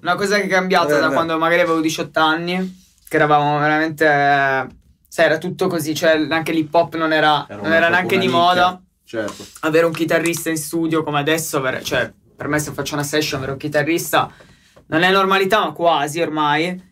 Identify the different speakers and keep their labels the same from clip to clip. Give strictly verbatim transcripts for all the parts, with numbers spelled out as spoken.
Speaker 1: una cosa che è cambiata
Speaker 2: Vabbè,
Speaker 1: da
Speaker 2: vabbè.
Speaker 1: quando magari avevo diciotto anni, che eravamo veramente, sai, era tutto così, cioè anche l'hip hop non era,
Speaker 3: Era
Speaker 1: non
Speaker 3: una-
Speaker 1: era
Speaker 3: proprio
Speaker 1: neanche
Speaker 3: una
Speaker 1: di
Speaker 3: nicchia.
Speaker 1: moda.
Speaker 3: Certo.
Speaker 1: Avere un chitarrista in studio come adesso, avere- cioè per me se faccio una session avere un chitarrista non è normalità, ma quasi ormai.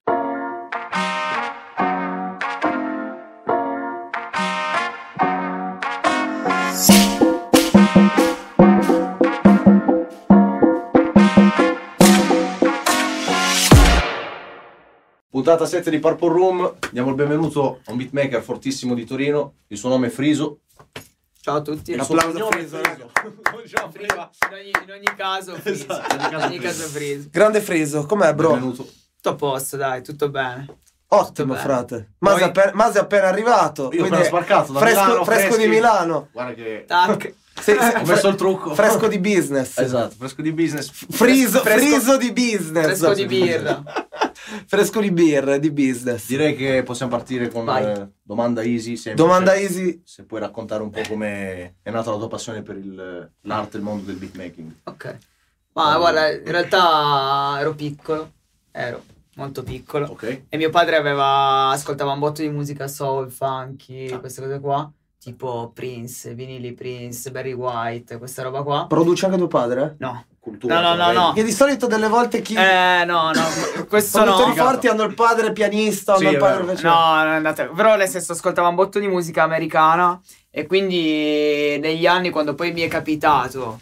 Speaker 3: Puntata sette di Purple Room, diamo il benvenuto a un beatmaker fortissimo di Torino, il suo nome è Friso.
Speaker 1: Ciao a tutti.
Speaker 3: Il
Speaker 1: In
Speaker 3: suo
Speaker 2: Applauso a
Speaker 3: cognome è
Speaker 2: Friso,
Speaker 3: Friso. Diciamo prima.
Speaker 1: ogni, in ogni caso Friso.
Speaker 3: Esatto, in ogni
Speaker 1: In
Speaker 3: caso
Speaker 1: ogni
Speaker 3: Friso.
Speaker 1: caso Friso.
Speaker 2: Grande Friso, com'è bro?
Speaker 3: Benvenuto.
Speaker 1: Tutto a posto, dai, tutto bene.
Speaker 2: Ottimo
Speaker 1: bene.
Speaker 2: frate. Masi,
Speaker 1: Poi-
Speaker 2: appena, Masi è appena arrivato.
Speaker 3: Io ho
Speaker 2: quindi
Speaker 3: appena sbarcato da
Speaker 2: fresco,
Speaker 3: Milano,
Speaker 2: fresco
Speaker 3: freschi.
Speaker 2: di Milano.
Speaker 3: Guarda che
Speaker 1: Tac.
Speaker 2: Sì, sì,
Speaker 3: ho messo il trucco.
Speaker 2: Fresco di business.
Speaker 3: Esatto, fresco di business.
Speaker 2: Friso,
Speaker 1: Fresco-
Speaker 2: friso di business.
Speaker 1: Fresco di birra.
Speaker 2: Fresco di birra, di business.
Speaker 3: Direi che possiamo partire con
Speaker 1: Vai.
Speaker 3: eh, domanda easy, semplice.
Speaker 2: Domanda easy.
Speaker 3: Se puoi raccontare un po' come è nata la tua passione per il- l'arte e il mondo del beatmaking.
Speaker 1: Ok. Ma guarda, in realtà ero piccolo, ero molto piccolo.
Speaker 3: Ok?
Speaker 1: E mio padre aveva ascoltava un botto di musica soul, funky,
Speaker 3: Ah.
Speaker 1: queste cose qua. Tipo Prince, vinili Prince, Barry White, questa roba qua.
Speaker 2: Produce anche tuo padre?
Speaker 1: No.
Speaker 3: Cultura.
Speaker 1: No, no, no, no.
Speaker 2: Che di solito delle volte chi...
Speaker 1: Eh, no, no, questo no.
Speaker 2: produttori forti hanno il padre pianista,
Speaker 3: Sì,
Speaker 2: hanno il
Speaker 3: è
Speaker 2: padre
Speaker 3: vero.
Speaker 2: invece...
Speaker 1: No, non è andata. Però nel senso ascoltava un botto di musica americana e quindi negli anni quando poi mi è capitato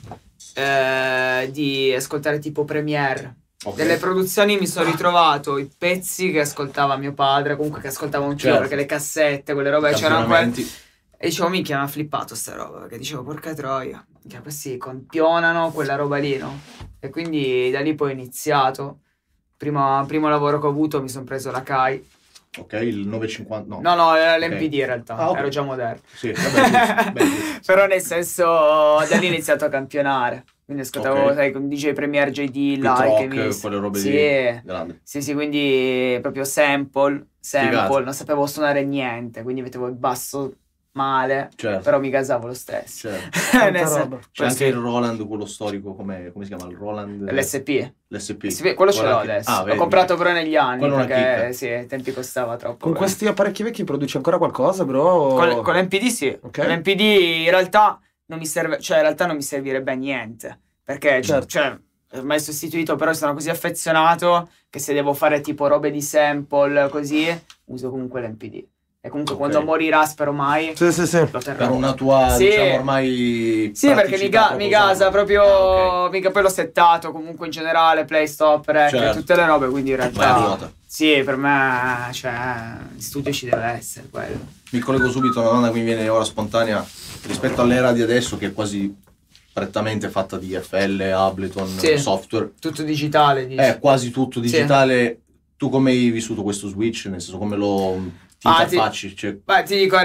Speaker 1: eh, di ascoltare tipo Premiere,
Speaker 3: Ok.
Speaker 1: delle produzioni, mi sono ritrovato i pezzi che ascoltava mio padre, comunque che ascoltavo anch'io,
Speaker 3: Certo.
Speaker 1: perché le cassette, quelle robe c'erano quelle.
Speaker 3: Campionamenti.
Speaker 1: E dicevo, minchia, mi ha flippato sta roba, perché dicevo, porca troia, cioè, questi campionano quella roba lì, no? E quindi da lì poi ho iniziato. Primo, primo lavoro che ho avuto mi sono preso la Kai.
Speaker 3: Ok, il novecentocinquanta. No.
Speaker 1: No, no, era
Speaker 3: Ok.
Speaker 1: l'M P D in realtà,
Speaker 3: Ah, ok.
Speaker 1: ero già moderno.
Speaker 3: Sì, vabbè, giusto. Beh, giusto.
Speaker 1: Però nel senso, da lì ho iniziato a campionare. Quindi ascoltavo,
Speaker 3: Ok.
Speaker 1: sai, con D J Premier, J D,
Speaker 3: Pit
Speaker 1: l'Alchemist.
Speaker 3: rock, quelle robe
Speaker 1: sì.
Speaker 3: lì. Grande.
Speaker 1: Sì, sì, quindi proprio sample, sample,
Speaker 3: Figata.
Speaker 1: non sapevo suonare niente, quindi mettevo il basso male,
Speaker 3: Certo.
Speaker 1: però mi gasavo lo stesso.
Speaker 3: Certo.
Speaker 1: Nel sen-
Speaker 2: roba.
Speaker 3: C'è
Speaker 1: poi
Speaker 3: anche
Speaker 1: sì,
Speaker 3: il Roland, quello storico, come, come si chiama? Il Roland?
Speaker 1: l'S P.
Speaker 3: L'S P.
Speaker 1: L'S P, quello ce l'ho
Speaker 3: Guarda che-
Speaker 1: adesso.
Speaker 3: Ah,
Speaker 1: L'ho
Speaker 3: vedi.
Speaker 1: comprato però negli anni,
Speaker 3: Quello è una
Speaker 1: perché
Speaker 3: chicca.
Speaker 1: sì, ai tempi costava troppo.
Speaker 2: Con
Speaker 1: eh.
Speaker 2: questi apparecchi vecchi produci ancora qualcosa, bro?
Speaker 1: Con, con l'M P D sì.
Speaker 2: Ok.
Speaker 1: Con l'M P D in realtà non mi serve, cioè in realtà non mi servirebbe a niente. Perché
Speaker 2: Certo.
Speaker 1: cioè, ormai sostituito, però sono così affezionato che se devo fare tipo robe di sample così, uso comunque l'M P D. E comunque
Speaker 3: Ok.
Speaker 1: quando morirà, spero mai,
Speaker 2: Sì, sì, sì.
Speaker 1: lo terrò.
Speaker 3: Per una tua,
Speaker 1: Sì.
Speaker 3: diciamo, ormai
Speaker 1: Sì, perché mi, ga-
Speaker 3: praticità
Speaker 1: mi
Speaker 3: proprio
Speaker 1: gasa
Speaker 3: usarlo.
Speaker 1: proprio,
Speaker 3: Ah, ok.
Speaker 1: mica poi l'ho settato comunque in generale, play, stop, rec,
Speaker 3: Certo.
Speaker 1: tutte le robe, quindi in
Speaker 3: Vai a
Speaker 1: realtà
Speaker 3: ruota.
Speaker 1: sì, per me, cioè, in studio ci deve essere quello.
Speaker 3: Mi collego subito a una domanda che mi viene ora spontanea rispetto all'era di adesso che è quasi prettamente fatta di F L, Ableton,
Speaker 1: Sì.
Speaker 3: software.
Speaker 1: Tutto digitale, dici.
Speaker 3: È quasi tutto digitale. Tu come hai vissuto questo switch? Nel senso, come lo ti
Speaker 1: Ah, ti-
Speaker 3: interfacci? Cioè,
Speaker 1: Beh, ti dico, in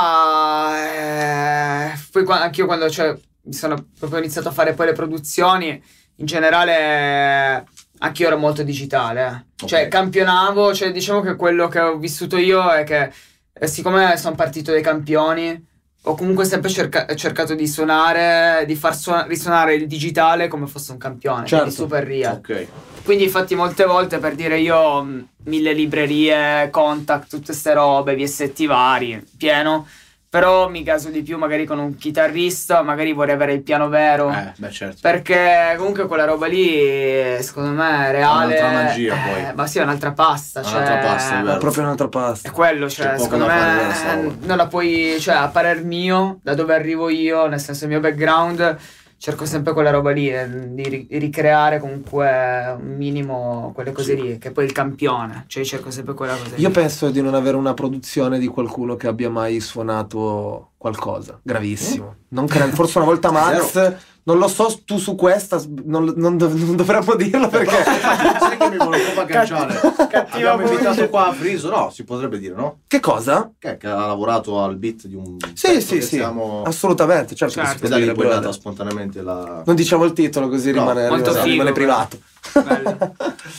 Speaker 1: realtà, eh, poi qua- anch'io quando cioè, mi sono proprio iniziato a fare poi le produzioni, in generale, anch'io ero molto digitale. eh. Cioè,
Speaker 3: Ok.
Speaker 1: campionavo, cioè, diciamo che quello che ho vissuto io è che, eh, siccome sono partito dai campioni, ho comunque sempre cerca- cercato di suonare, di far suona- risuonare il digitale come fosse un campione,
Speaker 2: Certo.
Speaker 1: quindi super real.
Speaker 3: ok.
Speaker 1: Quindi infatti molte volte, per dire, io mh, mille librerie, Contact, tutte ste robe, V S T vari, pieno, però mi gaso di più magari con un chitarrista, magari vorrei avere il piano vero,
Speaker 3: Eh, beh, certo.
Speaker 1: perché comunque quella roba lì secondo me è reale.
Speaker 3: un'altra magia, poi.
Speaker 1: eh, ma sì, è un'altra pasta,
Speaker 3: Un'altra
Speaker 1: cioè,
Speaker 3: pasta, è vero.
Speaker 2: È proprio un'altra
Speaker 1: è
Speaker 2: pasta.
Speaker 1: quello, cioè,
Speaker 3: C'è poco
Speaker 1: secondo
Speaker 3: da fare
Speaker 1: me
Speaker 3: della sala.
Speaker 1: non la puoi, cioè, a parer mio, da dove arrivo io, nel senso il mio background, cerco sempre quella roba lì, eh, di ri- di ricreare comunque un minimo quelle cose
Speaker 3: Sì.
Speaker 1: lì, che poi il campione, cioè cerco sempre quella cosa lì.
Speaker 2: Io penso di non avere una produzione di qualcuno che abbia mai suonato qualcosa. Gravissimo. Non credo. Forse una volta Max. Non lo so, tu su questa non, non dov- non dovremmo dirlo perché.
Speaker 3: Sai che mi volevo proprio agganciare?
Speaker 1: cattiva
Speaker 3: Abbiamo invitato
Speaker 1: voce.
Speaker 3: qua Friso, no, si potrebbe dire, no?
Speaker 2: Che cosa?
Speaker 3: Che, che ha lavorato al beat di un
Speaker 2: Sì,
Speaker 3: pezzo
Speaker 2: sì,
Speaker 3: che
Speaker 2: sì.
Speaker 3: stiamo...
Speaker 2: Assolutamente, certo. che
Speaker 1: Certo.
Speaker 2: si può
Speaker 3: E da lì
Speaker 2: dire,
Speaker 3: poi è nata
Speaker 2: brother.
Speaker 3: spontaneamente la...
Speaker 2: Non diciamo il titolo così
Speaker 3: No,
Speaker 2: rimane,
Speaker 1: molto
Speaker 2: rimane,
Speaker 1: figo,
Speaker 2: rimane
Speaker 1: però.
Speaker 2: privato.
Speaker 1: Bello.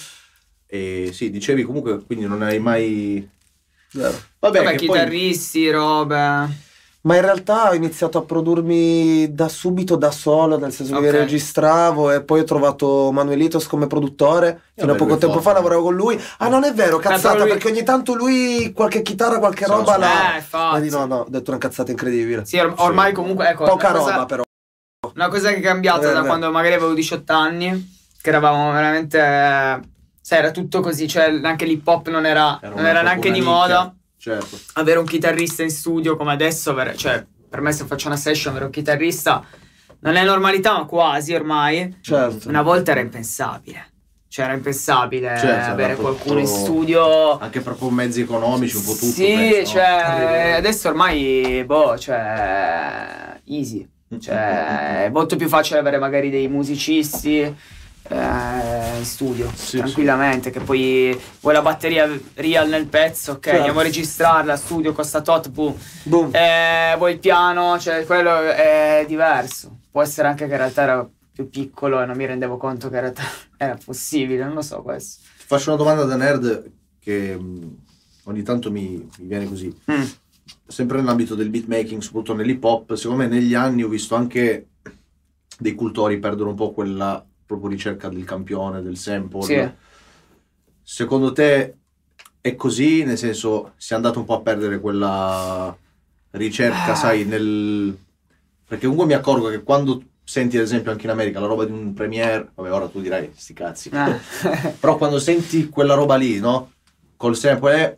Speaker 3: E sì, dicevi comunque, quindi non hai mai...
Speaker 2: Vero.
Speaker 3: Vabbè,
Speaker 1: Vabbè,
Speaker 3: che poi...
Speaker 1: chitarristi, robe.
Speaker 2: Ma in realtà ho iniziato a produrmi da subito da solo, nel senso che
Speaker 1: Ok.
Speaker 2: registravo e poi ho trovato Manuelitos come produttore. Fino a
Speaker 3: beh,
Speaker 2: poco
Speaker 3: lui
Speaker 2: tempo
Speaker 3: forte.
Speaker 2: fa lavoravo con lui. Ah, non è vero, cazzata,
Speaker 1: però lui-
Speaker 2: perché ogni tanto lui qualche chitarra, qualche
Speaker 3: Sì,
Speaker 2: roba
Speaker 3: lo so.
Speaker 2: la...
Speaker 1: Eh, infatti.
Speaker 2: Ma di no, no, ho detto una cazzata incredibile.
Speaker 1: Sì, or- ormai comunque ecco,
Speaker 2: Poca
Speaker 1: una cosa-
Speaker 2: roba però.
Speaker 1: Una cosa che è cambiata
Speaker 2: Eh,
Speaker 1: da
Speaker 2: beh.
Speaker 1: quando magari avevo diciotto anni, che eravamo veramente, eh, sai, era tutto così, cioè anche l'hip hop non era,
Speaker 3: Era
Speaker 1: non
Speaker 3: una-
Speaker 1: era
Speaker 3: proprio
Speaker 1: neanche
Speaker 3: una
Speaker 1: di
Speaker 3: nicchia.
Speaker 1: moda.
Speaker 3: Certo.
Speaker 1: Avere un chitarrista in studio come adesso, per, cioè per me se faccio una session avere un chitarrista non è normalità, ma quasi ormai.
Speaker 2: Certo.
Speaker 1: Una volta era impensabile. Cioè era impensabile
Speaker 3: Certo, era
Speaker 1: avere
Speaker 3: proprio-
Speaker 1: qualcuno in studio.
Speaker 3: Anche proprio mezzi economici, un po' tutto.
Speaker 1: Sì,
Speaker 3: penso, no?
Speaker 1: cioè adesso ormai boh, cioè easy. Cioè è molto più facile avere magari dei musicisti eh, in studio
Speaker 3: Sì,
Speaker 1: tranquillamente, che poi vuoi la batteria real nel pezzo, ok,
Speaker 2: Certo.
Speaker 1: andiamo a registrarla, studio costa tot, boom.
Speaker 2: Boom.
Speaker 1: Eh, vuoi il piano, cioè quello è diverso. Può essere anche che in realtà era più piccolo e non mi rendevo conto che in realtà era possibile, non lo so questo.
Speaker 3: Ti faccio una domanda da nerd che mh, ogni tanto mi, mi viene così.
Speaker 1: Mm.
Speaker 3: Sempre nell'ambito del beatmaking, soprattutto nell'hip hop, secondo me negli anni ho visto anche dei cultori perdere un po' quella proprio ricerca del campione, del sample.
Speaker 1: Sì.
Speaker 3: Secondo te è così? Nel senso, si è andato un po' a perdere quella ricerca,
Speaker 1: Ah.
Speaker 3: sai, nel... Perché comunque mi accorgo che quando senti ad esempio anche in America la roba di un premiere, vabbè ora tu dirai sti cazzi,
Speaker 1: Eh.
Speaker 3: però quando senti quella roba lì, no? Col sample,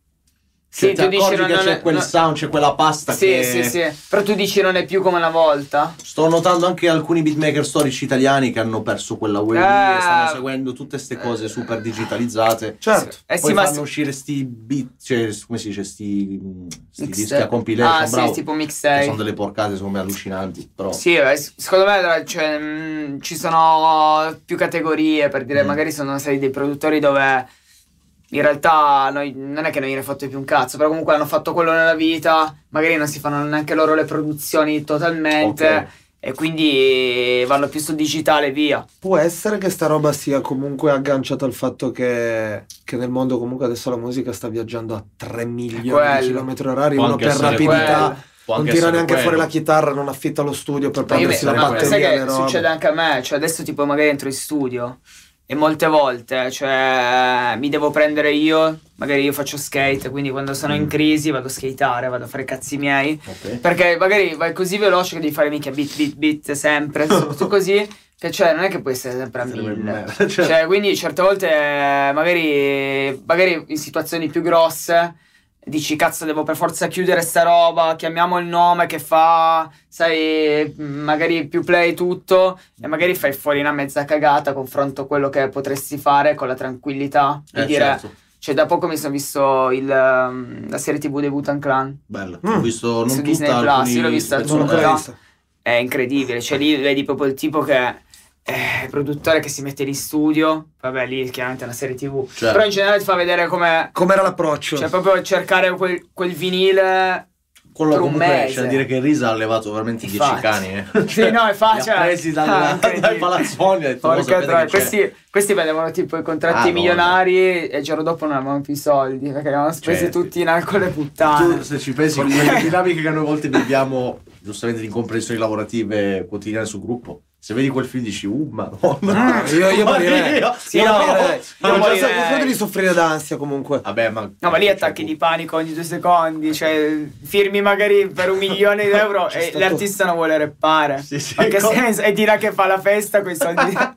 Speaker 1: Sì,
Speaker 3: ti
Speaker 1: tu dici
Speaker 3: accorgi
Speaker 1: non-
Speaker 3: che
Speaker 1: non
Speaker 3: c'è
Speaker 1: è-
Speaker 3: quel
Speaker 1: no-
Speaker 3: sound, c'è quella pasta
Speaker 1: Sì,
Speaker 3: che...
Speaker 1: sì, sì. Però tu dici non è più come una volta.
Speaker 3: Sto notando anche alcuni beatmaker storici italiani che hanno perso quella wave lì
Speaker 1: Eh.
Speaker 3: e stanno seguendo tutte queste cose super digitalizzate.
Speaker 2: Certo.
Speaker 1: Eh
Speaker 3: Poi
Speaker 1: sì, ma
Speaker 3: fanno uscire sti beat, cioè come si dice, sti, sti
Speaker 1: Mixtape.
Speaker 3: dischi a compilation,
Speaker 1: Ah, sì,
Speaker 3: bravo,
Speaker 1: tipo
Speaker 3: che
Speaker 1: mixtape.
Speaker 3: sono delle porcate secondo me allucinanti, però...
Speaker 1: Sì, eh, s- secondo me cioè, mh, ci sono più categorie, per dire,
Speaker 3: Mm.
Speaker 1: magari sono stati dei produttori dove in realtà noi, non è che non gliene fotte più un cazzo, però comunque hanno fatto quello nella vita, magari non si fanno neanche loro le produzioni totalmente,
Speaker 3: Ok.
Speaker 1: e quindi vanno più sul digitale, via.
Speaker 2: Può essere che sta roba sia comunque agganciata al fatto che, che nel mondo comunque adesso la musica sta viaggiando a tre milioni
Speaker 1: quello.
Speaker 2: di chilometri orari,
Speaker 3: Può
Speaker 2: uno
Speaker 3: anche
Speaker 2: per
Speaker 3: essere
Speaker 2: rapidità
Speaker 1: quello.
Speaker 3: Può
Speaker 2: non
Speaker 3: anche
Speaker 2: tira
Speaker 3: essere
Speaker 2: neanche
Speaker 3: quello.
Speaker 2: fuori la chitarra, non affitta lo studio per
Speaker 1: Ma io
Speaker 2: prendersi
Speaker 1: mi-
Speaker 2: la
Speaker 1: no,
Speaker 2: batteria
Speaker 1: sai
Speaker 2: e le
Speaker 1: che
Speaker 2: robe.
Speaker 1: succede anche a me, cioè adesso tipo magari entro in studio e molte volte cioè mi devo prendere io, magari io faccio skate, quindi quando sono in
Speaker 3: Mm.
Speaker 1: crisi vado a skateare, vado a fare i cazzi miei,
Speaker 3: Ok.
Speaker 1: perché magari vai così veloce che devi fare minchia beat beat beat sempre, tutto così, che cioè non è che puoi essere sempre a
Speaker 3: Sarebbe
Speaker 1: mille,
Speaker 3: merda, certo.
Speaker 1: cioè quindi certe volte eh, magari, magari in situazioni più grosse dici cazzo devo per forza chiudere sta roba, chiamiamo il nome che fa, sai, magari più play tutto, e magari fai fuori una mezza cagata confronto a quello che potresti fare con la tranquillità di
Speaker 3: Eh,
Speaker 1: dire,
Speaker 3: certo.
Speaker 1: cioè da poco mi sono visto il, um, la serie tv dei Wu-Tang Clan
Speaker 3: Bello.
Speaker 2: Mm.
Speaker 3: Ho visto non
Speaker 1: Su
Speaker 3: tutta,
Speaker 1: Disney Plus,
Speaker 3: alcuni
Speaker 1: io l'ho vista
Speaker 3: spezzoni.
Speaker 2: Non l'ho ancora
Speaker 1: Eh.
Speaker 2: vista.
Speaker 1: è incredibile, cioè lì vedi proprio il tipo che è il produttore che si mette in studio, vabbè lì chiaramente è una serie tv,
Speaker 3: Certo.
Speaker 1: però in generale ti fa vedere come,
Speaker 2: Com'era l'approccio?
Speaker 1: cioè proprio cercare quel, quel vinile
Speaker 3: Quello
Speaker 1: per un
Speaker 3: comunque
Speaker 1: mese.
Speaker 3: c'è da dire che Risa ha allevato veramente dieci
Speaker 1: Infatti.
Speaker 3: cani, eh.
Speaker 1: Sì, no, è facile.
Speaker 3: Li ha presi dalla-
Speaker 1: Ah, incredibile.
Speaker 3: dai palazzoni, ha detto, "No,
Speaker 1: Porca
Speaker 3: sapete
Speaker 1: troia,
Speaker 3: che c'è?"
Speaker 1: questi, questi prendevano tipo i contratti
Speaker 3: Ah, no,
Speaker 1: milionari e il giorno dopo non avevano più i soldi perché avevano spesi
Speaker 3: Certo.
Speaker 1: tutti in alcol e puttane.
Speaker 3: Tu se ci pensi, quelle dinamiche che noi a volte viviamo, giustamente di incomprensioni lavorative quotidiane sul gruppo, se vedi quel film dici, uh, madonna.
Speaker 2: io- io morirei.
Speaker 1: Sì,
Speaker 2: Io
Speaker 1: no,
Speaker 2: morirei.
Speaker 1: io
Speaker 2: Io
Speaker 1: morirei.
Speaker 2: già so- credo di soffrire d'ansia comunque.
Speaker 3: Vabbè, ma...
Speaker 1: No, ma lì attacchi di panico ogni due secondi, cioè firmi magari per un milione di euro
Speaker 2: C'è
Speaker 1: e
Speaker 2: stato-
Speaker 1: l'artista non vuole rappare.
Speaker 3: Sì, sì,
Speaker 1: Ma che
Speaker 3: com-
Speaker 1: senso? E dirà che fa la festa con i soldi. Ma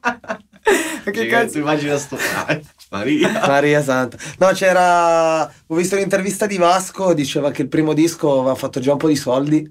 Speaker 1: che
Speaker 3: Che
Speaker 1: cazzo?
Speaker 3: tu immagina sto... Ah, Maria.
Speaker 2: Maria santa. No, c'era. Ho visto un'intervista di Vasco, diceva che il primo disco aveva fatto già un po' di soldi.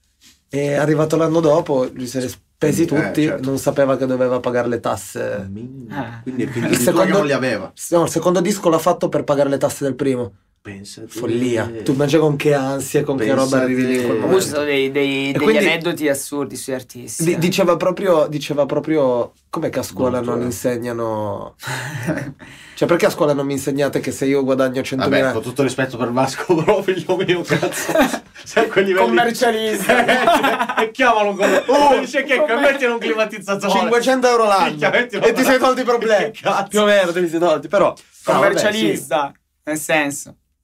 Speaker 2: E è arrivato l'anno dopo, li si è spesi
Speaker 3: Eh,
Speaker 2: tutti,
Speaker 3: certo.
Speaker 2: non sapeva che doveva pagare le tasse.
Speaker 1: Ah.
Speaker 3: Quindi è
Speaker 2: Il
Speaker 3: finito
Speaker 2: secondo-
Speaker 3: che non li aveva.
Speaker 2: No, il secondo disco l'ha fatto per pagare le tasse del primo.
Speaker 3: Pensa te.
Speaker 2: Follia. Tu immagini con che ansia, con che
Speaker 3: Pensa
Speaker 2: roba arrivi lì in quel
Speaker 3: te.
Speaker 1: Comunque ci
Speaker 2: momento.
Speaker 1: sono dei, dei-
Speaker 2: E
Speaker 1: degli
Speaker 2: quindi-
Speaker 1: aneddoti assurdi sui artisti.
Speaker 2: Di-
Speaker 1: eh.
Speaker 2: diceva proprio, diceva proprio, com'è che a scuola
Speaker 3: Molto,
Speaker 2: non
Speaker 3: eh.
Speaker 2: insegnano... Cioè, perché a scuola non mi insegnate che se io guadagno centomila...
Speaker 3: Vabbè, con tutto rispetto per Vasco, però figlio mio, cazzo. Sai a quei livelli...
Speaker 1: Commercialista.
Speaker 3: E chiamalo con... Oh, dice che mettilo un climatizzatore.
Speaker 2: cinquecento euro l'anno
Speaker 3: Minchia, mettilo
Speaker 2: e ti sei
Speaker 3: là.
Speaker 2: tolti i problemi.
Speaker 3: Che cazzo.
Speaker 2: Più o meno te li sei tolti, però...
Speaker 1: Commercialista, nel senso.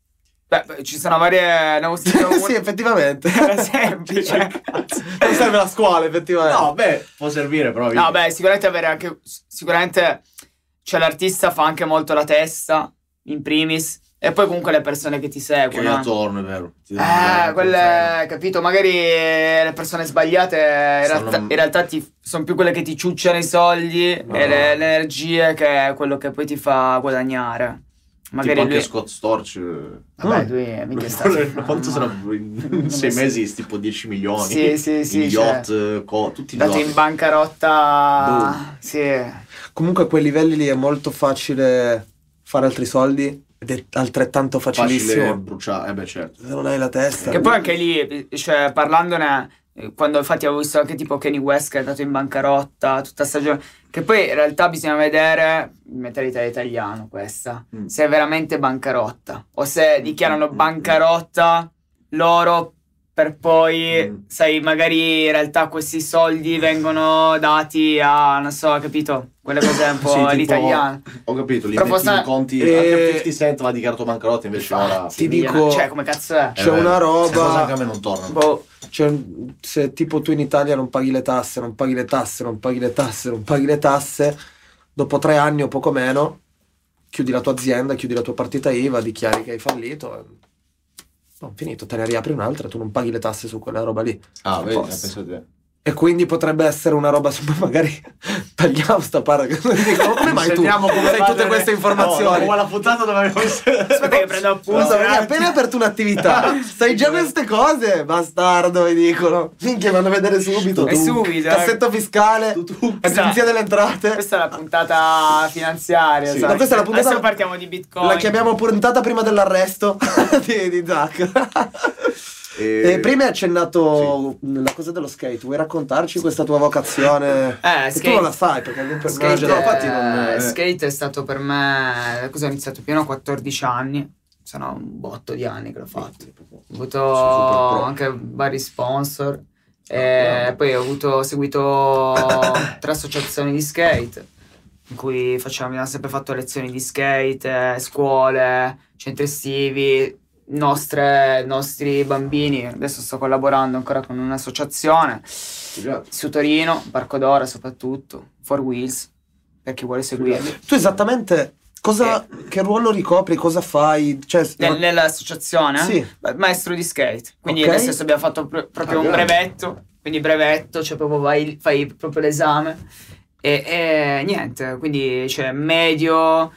Speaker 1: Beh, ci sono varie... Ne ho sentito
Speaker 2: Sì, effettivamente.
Speaker 1: Era semplice.
Speaker 2: Non serve la scuola, effettivamente.
Speaker 3: No, beh, può servire, però.
Speaker 1: No, beh, sicuramente avere anche... Sicuramente, cioè, l'artista fa anche molto la testa, in primis, e poi comunque le persone che ti
Speaker 3: Che
Speaker 1: seguono.
Speaker 3: hai attorno, è vero. Ti danno
Speaker 1: Eh,
Speaker 3: un'idea,
Speaker 1: quelle, capito? Magari le persone sbagliate in
Speaker 3: Stanno-
Speaker 1: realtà, in realtà ti, sono più quelle che ti ciucciano i soldi
Speaker 3: No.
Speaker 1: e le, le energie che è quello che poi ti fa guadagnare. Magari
Speaker 3: Tipo anche
Speaker 1: lui...
Speaker 3: Scott Storch.
Speaker 1: Vabbè,
Speaker 3: Mm.
Speaker 1: lui mica è stato...
Speaker 3: Quanto
Speaker 1: no,
Speaker 3: sarà
Speaker 1: no.
Speaker 3: in
Speaker 1: Non
Speaker 3: sei
Speaker 1: so.
Speaker 3: mesi? Tipo dieci milioni.
Speaker 1: Sì, sì, sì,
Speaker 3: In yacht, co- tutti i
Speaker 1: Dato
Speaker 3: giorni.
Speaker 1: in bancarotta...
Speaker 3: Boom.
Speaker 1: Sì.
Speaker 2: Comunque a quei livelli lì è molto facile fare altri soldi ed è altrettanto
Speaker 3: Facile
Speaker 2: facilissimo
Speaker 3: bruciare. Eh beh, certo.
Speaker 2: se non hai la testa.
Speaker 1: Che poi anche lì, cioè, parlandone, eh, quando infatti avevo visto anche tipo Kanye West che è andato in bancarotta tutta stagione, che poi in realtà bisogna vedere, mentalità italiano questa,
Speaker 3: Mm.
Speaker 1: se è veramente bancarotta o se dichiarano
Speaker 3: Mm.
Speaker 1: bancarotta loro per poi,
Speaker 3: Mm.
Speaker 1: sai, magari in realtà questi soldi vengono dati a, non so, capito? Quelle cose un po'
Speaker 3: Sì, tipo-
Speaker 1: all'italiana.
Speaker 3: Ho capito, li
Speaker 1: Però
Speaker 3: metti
Speaker 1: forse-
Speaker 3: in conti.
Speaker 2: Eh,
Speaker 3: Anche cinquanta Cent va dichiarato bancarotta, invece ora.
Speaker 2: Ti
Speaker 1: Miliona-
Speaker 2: dico-
Speaker 1: Cioè, come cazzo è?
Speaker 3: Eh,
Speaker 2: c'è
Speaker 3: beh,
Speaker 2: una roba-
Speaker 3: queste cose anche a me non tornano.
Speaker 1: Boh.
Speaker 2: Cioè, se tipo tu in Italia non paghi le tasse, non paghi le tasse, non paghi le tasse, non paghi le tasse, dopo tre anni o poco meno chiudi la tua azienda, chiudi la tua partita I V A, dichiari che hai fallito. e- No, finito, te ne riapri un'altra, tu non paghi le tasse su quella roba lì.
Speaker 3: Ah, vedi,
Speaker 2: Posso.
Speaker 3: penso a te.
Speaker 2: E quindi potrebbe essere una roba, magari tagliamo sta parte. Dico, come mai tu
Speaker 3: Insegniamo come
Speaker 2: sai
Speaker 3: fare-
Speaker 2: tutte queste
Speaker 3: No,
Speaker 2: informazioni?
Speaker 3: come la puntata dove abbiamo
Speaker 1: Aspetta che prendo appunto.
Speaker 2: Scusa,
Speaker 1: un
Speaker 2: perché hai
Speaker 1: attimo.
Speaker 2: appena aperto un'attività, sai già queste cose? Bastardo, mi dicono. Minchia, vanno a vedere subito.
Speaker 1: E
Speaker 2: tu.
Speaker 1: subito, eh.
Speaker 2: Cassetto fiscale,
Speaker 3: Tu, tu.
Speaker 2: agenzia delle entrate.
Speaker 1: Questa è la puntata finanziaria.
Speaker 3: Sì.
Speaker 1: sai?
Speaker 2: Ma questa è la puntata-
Speaker 1: Adesso partiamo di Bitcoin.
Speaker 2: La chiamiamo puntata prima dell'arresto di, di Zach.
Speaker 3: E...
Speaker 2: E prima hai accennato la cosa dello skate. Vuoi raccontarci questa tua vocazione?
Speaker 1: Eh,
Speaker 2: Che tu
Speaker 1: skate-
Speaker 2: non la sai perché non per
Speaker 1: Skate,
Speaker 3: no, infatti non-
Speaker 1: eh,
Speaker 3: eh.
Speaker 1: skate è stato per me. Cosa ho iniziato più o meno a quattordici anni. Sono un botto di anni che l'ho fatto. Ho avuto
Speaker 3: super pro.
Speaker 1: anche vari sponsor. E
Speaker 3: grande.
Speaker 1: poi ho avuto ho seguito tre associazioni di skate. In cui facciamo, abbiamo sempre fatto lezioni di skate, eh, scuole, centri estivi, nostre, nostri bambini. Adesso sto collaborando ancora con un'associazione su Torino, Parco d'Ora soprattutto, Four Wheels, per chi vuole seguirli.
Speaker 2: Tu esattamente cosa, che ruolo ricopri, cosa fai? Cioè,
Speaker 1: Nel- nell'associazione?
Speaker 2: Sì.
Speaker 1: Beh, maestro di skate. Quindi
Speaker 2: Ok.
Speaker 1: nel senso abbiamo fatto pr- proprio
Speaker 3: Ah,
Speaker 1: un
Speaker 3: grande.
Speaker 1: brevetto, quindi brevetto, cioè proprio vai, fai proprio l'esame e, e niente, quindi c'è medio,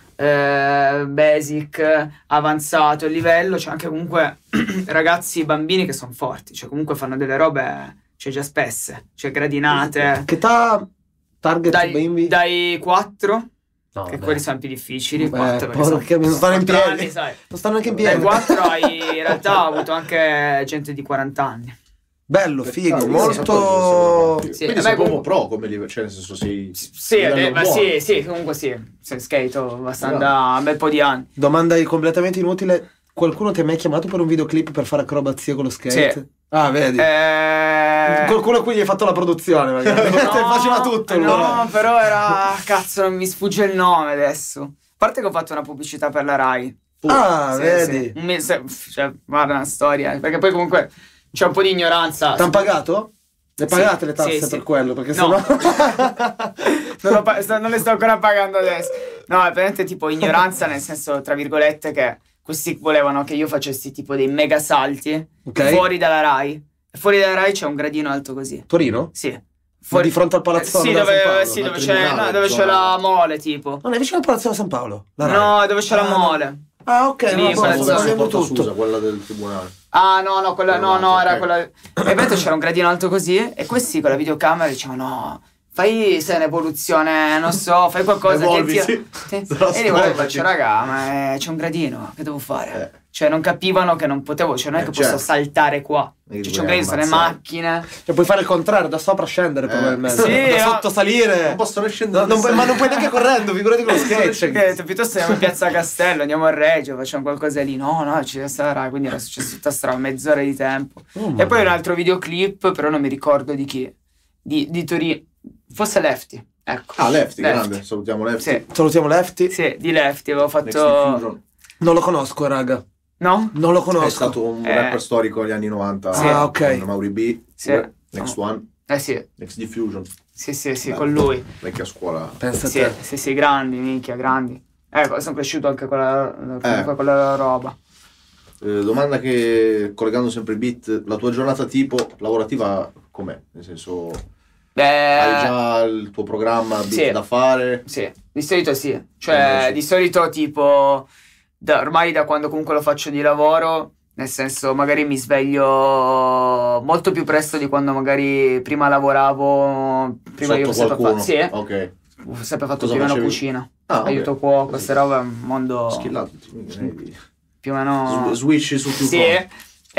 Speaker 1: eh, basic, avanzato il livello, c'è anche comunque ragazzi, bambini che sono forti, cioè comunque fanno delle robe, cioè già spesse, cioè gradinate.
Speaker 2: Che età target
Speaker 1: Dai,
Speaker 2: bimbi?
Speaker 1: dai quattro,
Speaker 2: No,
Speaker 1: che
Speaker 2: vabbè.
Speaker 1: quelli sono più difficili,
Speaker 2: Beh,
Speaker 1: quattro, perché
Speaker 2: porca,
Speaker 1: sono
Speaker 2: mi stanno in
Speaker 1: quattro
Speaker 2: piedi.
Speaker 1: anni, sai.
Speaker 2: Non stanno anche in
Speaker 1: Dai
Speaker 2: piedi.
Speaker 1: quattro hai, in realtà ho avuto anche gente di quaranta anni.
Speaker 2: Bello, figo,
Speaker 3: Ah,
Speaker 2: molto...
Speaker 1: Sì,
Speaker 3: Quindi
Speaker 1: eh,
Speaker 3: sei
Speaker 1: beh,
Speaker 3: proprio
Speaker 1: comunque-
Speaker 3: pro come livello, cioè nel senso sei
Speaker 1: Sì,
Speaker 3: livello
Speaker 1: eh, ma
Speaker 3: buono.
Speaker 1: sì, sì, comunque sì. Se skate ho abbastanza da un bel po' di anni.
Speaker 2: Domanda completamente inutile. Qualcuno ti ha mai chiamato per un videoclip per fare acrobazie con lo skate?
Speaker 1: Sì.
Speaker 2: Ah, vedi.
Speaker 1: Eh...
Speaker 2: Qualcuno a cui gli hai fatto la produzione, magari.
Speaker 1: No,
Speaker 2: Faceva tutto. lui.
Speaker 1: No, però era... Cazzo, non mi sfugge il nome adesso. A parte che ho fatto una pubblicità per la Rai.
Speaker 2: Ah,
Speaker 1: Sì,
Speaker 2: vedi.
Speaker 1: sì. Un mese... Cioè, guarda una storia. Perché poi comunque c'è un po' di ignoranza.
Speaker 2: T'han pagato? Le
Speaker 1: Sì,
Speaker 2: pagate le tasse
Speaker 1: sì,
Speaker 2: per
Speaker 1: sì.
Speaker 2: quello? Perché
Speaker 1: No.
Speaker 2: sennò...
Speaker 1: non, lo pa- sto- non le sto ancora pagando adesso. No, è veramente tipo ignoranza, nel senso, tra virgolette, che questi volevano che io facessi tipo dei mega salti
Speaker 2: Ok.
Speaker 1: fuori dalla Rai. E fuori dalla Rai c'è un gradino alto così.
Speaker 2: Torino?
Speaker 1: Sì.
Speaker 2: Di fronte al palazzone
Speaker 1: Sì,
Speaker 2: da
Speaker 1: dove,
Speaker 2: San Paolo,
Speaker 1: sì,
Speaker 3: al
Speaker 1: dove c'è,
Speaker 3: tribunale,
Speaker 1: no, dove c'è
Speaker 3: zona-
Speaker 1: la mole, tipo.
Speaker 2: Non è vicino al palazzone San Paolo? La Rai?
Speaker 1: No, dove c'è la
Speaker 2: Ah, no.
Speaker 1: mole.
Speaker 2: Ah, ok,
Speaker 1: Lì,
Speaker 2: no,
Speaker 1: quella
Speaker 2: sto
Speaker 1: zona.
Speaker 2: sbagliando
Speaker 3: Porta
Speaker 2: tutto.
Speaker 3: Susa, quella del tribunale.
Speaker 1: Ah, no, no, quella, no, no, era
Speaker 3: Ok.
Speaker 1: quella. E invece c'era un gradino alto così. E questi con la videocamera dicevano: no, fai se un'evoluzione, non so, fai qualcosa.
Speaker 3: Evolvi,
Speaker 1: ti-
Speaker 3: sì.
Speaker 1: ti-
Speaker 3: Però
Speaker 1: E io guarda,
Speaker 3: svoltati.
Speaker 1: faccio, raga, ma eh, c'è un gradino, che devo fare?
Speaker 3: Eh.
Speaker 1: Cioè, non capivano che non potevo, cioè, non è
Speaker 3: Eh,
Speaker 1: che
Speaker 3: certo.
Speaker 1: posso saltare qua.
Speaker 3: E
Speaker 1: Cioè,
Speaker 3: ti
Speaker 1: c'è un
Speaker 3: puoi
Speaker 1: gradino, sono le
Speaker 3: ammazzare.
Speaker 1: macchine.
Speaker 2: Cioè, puoi fare il contrario, da sopra scendere
Speaker 3: Eh.
Speaker 2: probabilmente.
Speaker 1: Sì,
Speaker 2: da
Speaker 1: no.
Speaker 2: sotto salire.
Speaker 3: Non posso ne scendere.
Speaker 2: No, non puoi- ma non puoi neanche correndo, figurati con lo skate.
Speaker 1: Cioè, che, piuttosto andiamo in piazza Castello, andiamo a Reggio, facciamo qualcosa lì. No, no, ci sarà. Quindi era successo tutta sta mezz'ora di tempo.
Speaker 2: Oh,
Speaker 1: E poi
Speaker 2: mamma.
Speaker 1: un altro videoclip, però non mi ricordo di chi. Di, di Torino. Forse Lefty. Ecco.
Speaker 3: Ah, Lefty,
Speaker 1: Lefty.
Speaker 3: grande. Salutiamo Lefty.
Speaker 1: Sì,
Speaker 2: Salutiamo Lefty.
Speaker 1: sì, di Lefty avevo
Speaker 3: Next
Speaker 1: fatto.
Speaker 3: Infusion.
Speaker 2: Non lo conosco, raga.
Speaker 1: No?
Speaker 2: Non lo conosco.
Speaker 3: È stato un
Speaker 1: Eh.
Speaker 3: rapper storico negli anni novanta.
Speaker 1: Sì.
Speaker 2: Ah, ok.
Speaker 3: Con Mauri B.
Speaker 1: Sì.
Speaker 3: Next
Speaker 1: Oh.
Speaker 3: One.
Speaker 1: Eh sì,
Speaker 3: Next Diffusion.
Speaker 1: sì, sì, sì,
Speaker 3: Bello.
Speaker 1: con lui.
Speaker 3: Vecchia scuola.
Speaker 2: Pensa a
Speaker 1: Sì,
Speaker 2: te.
Speaker 1: sì, sì, grandi, minchia, grandi. Ecco, sono cresciuto anche con la, comunque
Speaker 3: Eh.
Speaker 1: con la roba.
Speaker 3: Eh, domanda che, collegando sempre il beat, la tua giornata tipo lavorativa com'è? Nel senso,
Speaker 1: Beh,
Speaker 3: hai già il tuo programma beat
Speaker 1: sì.
Speaker 3: da fare?
Speaker 1: Sì, di solito sì. Cioè,
Speaker 3: Invece?
Speaker 1: di solito tipo, da- ormai da quando comunque lo faccio di lavoro, nel senso magari mi sveglio molto più presto di quando magari prima lavoravo, prima io ho
Speaker 3: Sotto
Speaker 1: sempre
Speaker 3: qualcuno?
Speaker 1: fatto, sì, eh.
Speaker 3: Ok.
Speaker 1: Ho sempre fatto
Speaker 3: Cosa
Speaker 1: più o meno
Speaker 3: facevi?
Speaker 1: cucina,
Speaker 3: Ah, ok.
Speaker 1: aiuto cuoco, queste robe, è un mondo
Speaker 3: Schillato.
Speaker 1: più o meno...
Speaker 3: Switch su più
Speaker 1: Sì,
Speaker 3: cose.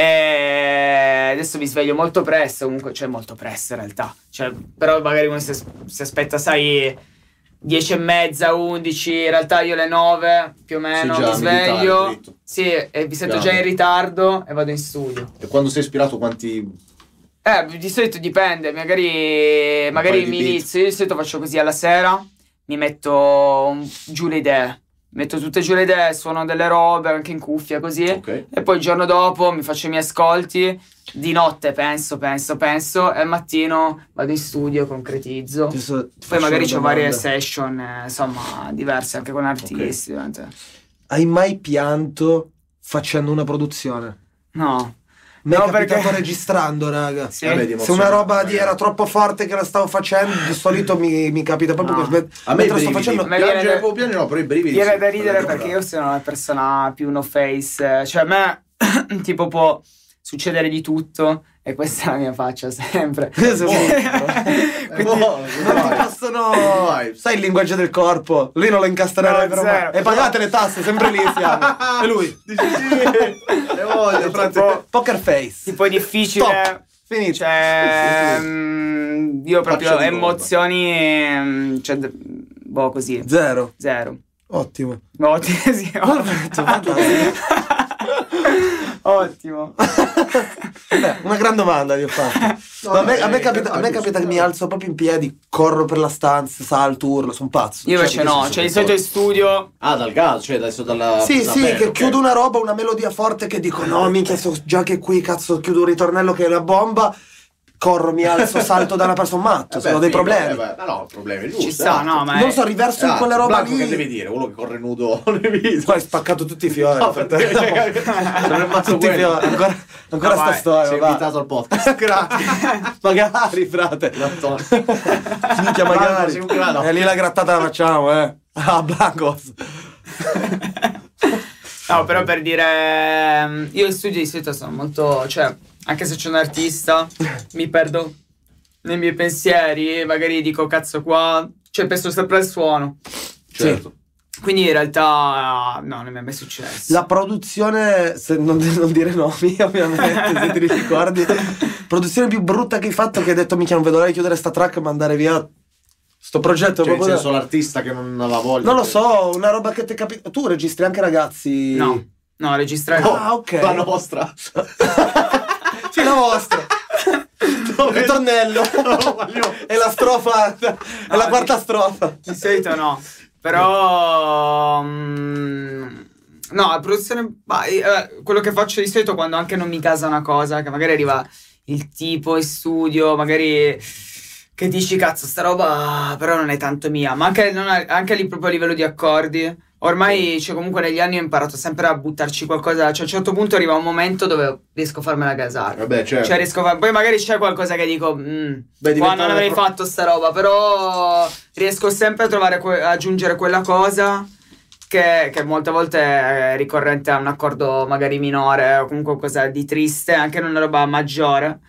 Speaker 1: e adesso mi sveglio molto presto, comunque, cioè molto presto in realtà, cioè, però magari uno si, si aspetta, sai, dieci e mezza, undici, in realtà io alle nove più o meno
Speaker 3: Sì, già,
Speaker 1: mi sveglio,
Speaker 3: militare, dritto.
Speaker 1: sì, e mi sento
Speaker 3: Grande.
Speaker 1: già in ritardo e vado in studio.
Speaker 3: E quando sei ispirato quanti...
Speaker 1: Eh, di solito dipende, magari, magari
Speaker 3: paio di
Speaker 1: mi
Speaker 3: beat.
Speaker 1: inizio, io di solito faccio così alla sera, mi metto un- giù le idee, metto tutte giù le idee, suono delle robe anche in cuffia così.
Speaker 3: Ok.
Speaker 1: E poi il giorno dopo mi faccio i miei ascolti, di notte penso, penso, penso, e al mattino vado in studio, concretizzo.
Speaker 2: Adesso ti
Speaker 1: Poi
Speaker 2: faccio
Speaker 1: magari
Speaker 2: una
Speaker 1: c'ho varie
Speaker 2: domanda.
Speaker 1: session, eh, insomma, diverse anche con artisti. ovviamente.
Speaker 2: Hai mai pianto facendo una produzione?
Speaker 1: No.
Speaker 2: Mi
Speaker 1: No,
Speaker 2: è capitato
Speaker 1: perché-
Speaker 2: registrando, raga.
Speaker 1: Sì.
Speaker 3: Vabbè, di
Speaker 2: Se
Speaker 3: emozione,
Speaker 2: una roba di
Speaker 3: magari.
Speaker 2: era troppo forte che la stavo facendo, di solito mi, mi capita proprio
Speaker 1: No.
Speaker 2: che smet-
Speaker 3: A me
Speaker 2: mentre
Speaker 3: i
Speaker 2: sto
Speaker 3: brividi,
Speaker 2: facendo.
Speaker 1: A me viene
Speaker 3: piangere
Speaker 1: da-
Speaker 3: può piangere no, però i brividi
Speaker 1: Viene
Speaker 3: sì,
Speaker 1: da ridere
Speaker 3: per
Speaker 1: perché
Speaker 3: me.
Speaker 1: io sono una persona più no face, cioè a me tipo può succedere di tutto e questa è la mia faccia sempre.
Speaker 2: È buono.
Speaker 3: È buono,
Speaker 2: Non ti
Speaker 3: vai.
Speaker 2: possono.
Speaker 3: Vai.
Speaker 2: Sai il linguaggio del corpo? Lì non lo incastrerebbero
Speaker 1: No,
Speaker 2: mai.
Speaker 1: zero.
Speaker 2: E pagate le tasse, sempre lì siamo. E lui.
Speaker 3: Dici sì, le voglio, frate.
Speaker 1: Tipo,
Speaker 2: Poker face.
Speaker 1: tipo è difficile.
Speaker 2: Stop. Finito.
Speaker 1: Cioè, mm, io proprio
Speaker 3: Faccia di
Speaker 1: emozioni, mm, cioè, d- boh, così,
Speaker 2: Zero.
Speaker 1: zero.
Speaker 2: Ottimo.
Speaker 1: Ottimo, sì,
Speaker 2: Perfetto, fantastico.
Speaker 1: ottimo.
Speaker 2: Beh, una gran domanda vi ho fatto.
Speaker 3: No,
Speaker 2: No, a, me,
Speaker 3: no,
Speaker 2: a me
Speaker 3: eh,
Speaker 2: capita, a me
Speaker 3: eh,
Speaker 2: capita che mi
Speaker 3: giusto.
Speaker 2: alzo proprio in piedi, corro per la stanza, salto, urlo, sono pazzo.
Speaker 1: Io
Speaker 2: Cioè,
Speaker 1: invece
Speaker 2: che
Speaker 1: no,
Speaker 2: senso
Speaker 1: cioè di
Speaker 2: che
Speaker 1: solito in
Speaker 2: corro?
Speaker 1: studio,
Speaker 3: Ah, dal gas, cioè adesso dalla...
Speaker 2: Sì,
Speaker 3: da
Speaker 2: sì,
Speaker 3: band,
Speaker 2: che
Speaker 3: ok.
Speaker 2: chiudo una roba, una melodia forte che dico no, minchia, so già che qui cazzo chiudo un ritornello che è una bomba, corro, mi alzo, salto da una persona matto,
Speaker 3: Eh
Speaker 2: sono
Speaker 3: beh,
Speaker 2: dei
Speaker 3: figo,
Speaker 2: problemi.
Speaker 3: eh, beh, no, no, problemi giusto.
Speaker 1: ci sta, no, ma
Speaker 2: Non
Speaker 1: è-
Speaker 2: so, riverso in
Speaker 3: Ah,
Speaker 2: quella roba
Speaker 3: Blanco
Speaker 2: lì.
Speaker 3: che deve dire, quello che corre nudo nei video.
Speaker 2: Tu hai spaccato tutti i fiori.
Speaker 3: No,
Speaker 2: per te.
Speaker 3: perché- cioè, sarebbe mazzo
Speaker 2: Tutti i
Speaker 3: quello.
Speaker 2: fiori. Ancora, ancora
Speaker 1: No,
Speaker 2: sta
Speaker 1: vai,
Speaker 2: storia.
Speaker 3: Sei
Speaker 2: va.
Speaker 3: invitato al podcast.
Speaker 2: Grazie. Magari, frate.
Speaker 3: Grattone.
Speaker 2: Minchia,
Speaker 3: Blanco,
Speaker 2: magari.
Speaker 3: sei un grano.
Speaker 2: E lì la grattata la facciamo, eh. Ah, Blancos.
Speaker 1: No, però per dire, mm, io in studio di solito sono molto, cioè, anche se c'è un artista, mi perdo nei miei pensieri, magari dico cazzo qua, cioè penso sempre al suono.
Speaker 3: Certo.
Speaker 1: Quindi in realtà no, non mi è mai successo.
Speaker 2: La produzione, se non, non dire nomi, ovviamente, se ti ricordi. Produzione più brutta che hai fatto, che hai detto, mica non vedo l'ora di chiudere sta track e mandare via sto progetto.
Speaker 3: Cioè, in
Speaker 2: proprio
Speaker 3: senso l'artista che non aveva voglia.
Speaker 2: Non lo so, una roba che ti capita. Tu registri anche ragazzi?
Speaker 1: No, no, registrare
Speaker 3: Oh,
Speaker 2: Ah, ok.
Speaker 3: La nostra.
Speaker 2: Sì, la vostra. Il ritornello. E la strofa. È
Speaker 1: No,
Speaker 2: la
Speaker 1: di-
Speaker 2: quarta strofa.
Speaker 1: Di solito no, però mm, no, la produzione, ma, eh, quello che faccio di solito quando anche non mi casa una cosa, che magari arriva il tipo in studio, magari che dici cazzo sta roba però non è tanto mia, ma anche, non è- anche lì proprio a livello di accordi. Ormai, cioè, comunque negli anni ho imparato sempre a buttarci qualcosa, cioè a un certo punto arriva un momento dove riesco a farmela gasare.
Speaker 3: Vabbè, certo.
Speaker 1: Cioè riesco a far... Poi magari c'è qualcosa che dico mm,
Speaker 3: Beh,
Speaker 1: qua non
Speaker 3: diventa-
Speaker 1: avrei fatto sta roba, però riesco sempre a trovare que- a aggiungere quella cosa che, che molte volte è ricorrente a un accordo magari minore o comunque qualcosa di triste, anche in una roba maggiore,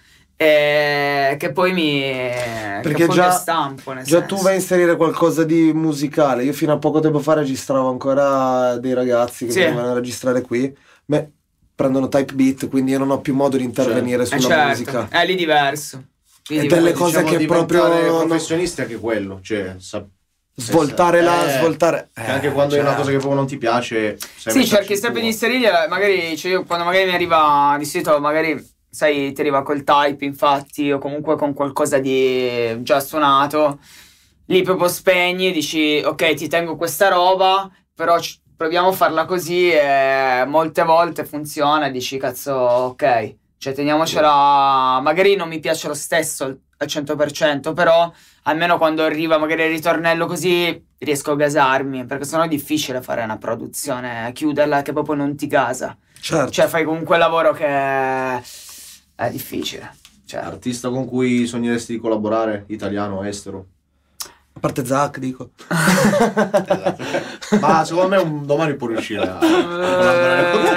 Speaker 1: e che poi mi
Speaker 2: Perché
Speaker 1: che poi
Speaker 2: già-
Speaker 1: mi stampo, nel
Speaker 2: Già
Speaker 1: senso.
Speaker 2: tu vai a inserire qualcosa di musicale. Io fino a poco tempo fa registravo ancora dei ragazzi che
Speaker 1: Sì.
Speaker 2: venivano a registrare qui. Beh, prendono type beat, quindi io non ho più modo di intervenire
Speaker 1: Eh,
Speaker 2: sulla
Speaker 1: certo,
Speaker 2: musica.
Speaker 1: è lì diverso. Lì
Speaker 2: E
Speaker 1: diverso.
Speaker 2: delle cose
Speaker 3: Diciamo,
Speaker 2: che
Speaker 3: diventare
Speaker 2: proprio non-
Speaker 3: professionisti è anche quello, cioè sa-
Speaker 2: Svoltare là,
Speaker 3: eh,
Speaker 2: svoltare.
Speaker 3: che anche quando è una
Speaker 2: cioè,
Speaker 3: cosa che proprio non ti piace, sai
Speaker 1: Sì,
Speaker 3: metterci
Speaker 1: cerchi
Speaker 3: il
Speaker 1: sempre di
Speaker 3: tuo.
Speaker 1: inserirgliela, magari cioè io quando magari mi arriva di solito magari sai ti arriva col type infatti o comunque con qualcosa di già suonato, lì proprio spegni e dici ok ti tengo questa roba però c- proviamo a farla così e molte volte funziona e dici cazzo ok, cioè teniamocela, magari non mi piace lo stesso al cento per cento, però almeno quando arriva magari il ritornello così riesco a gasarmi, perché sennò è difficile fare una produzione, chiuderla che proprio non ti gasa.
Speaker 2: Certo.
Speaker 1: Cioè fai comunque un lavoro che è difficile. Cioè.
Speaker 3: Artista con cui sogneresti di collaborare, italiano o estero?
Speaker 2: A parte Zach, dico.
Speaker 3: Esatto. Ma secondo me un domani può riuscire a collaborare con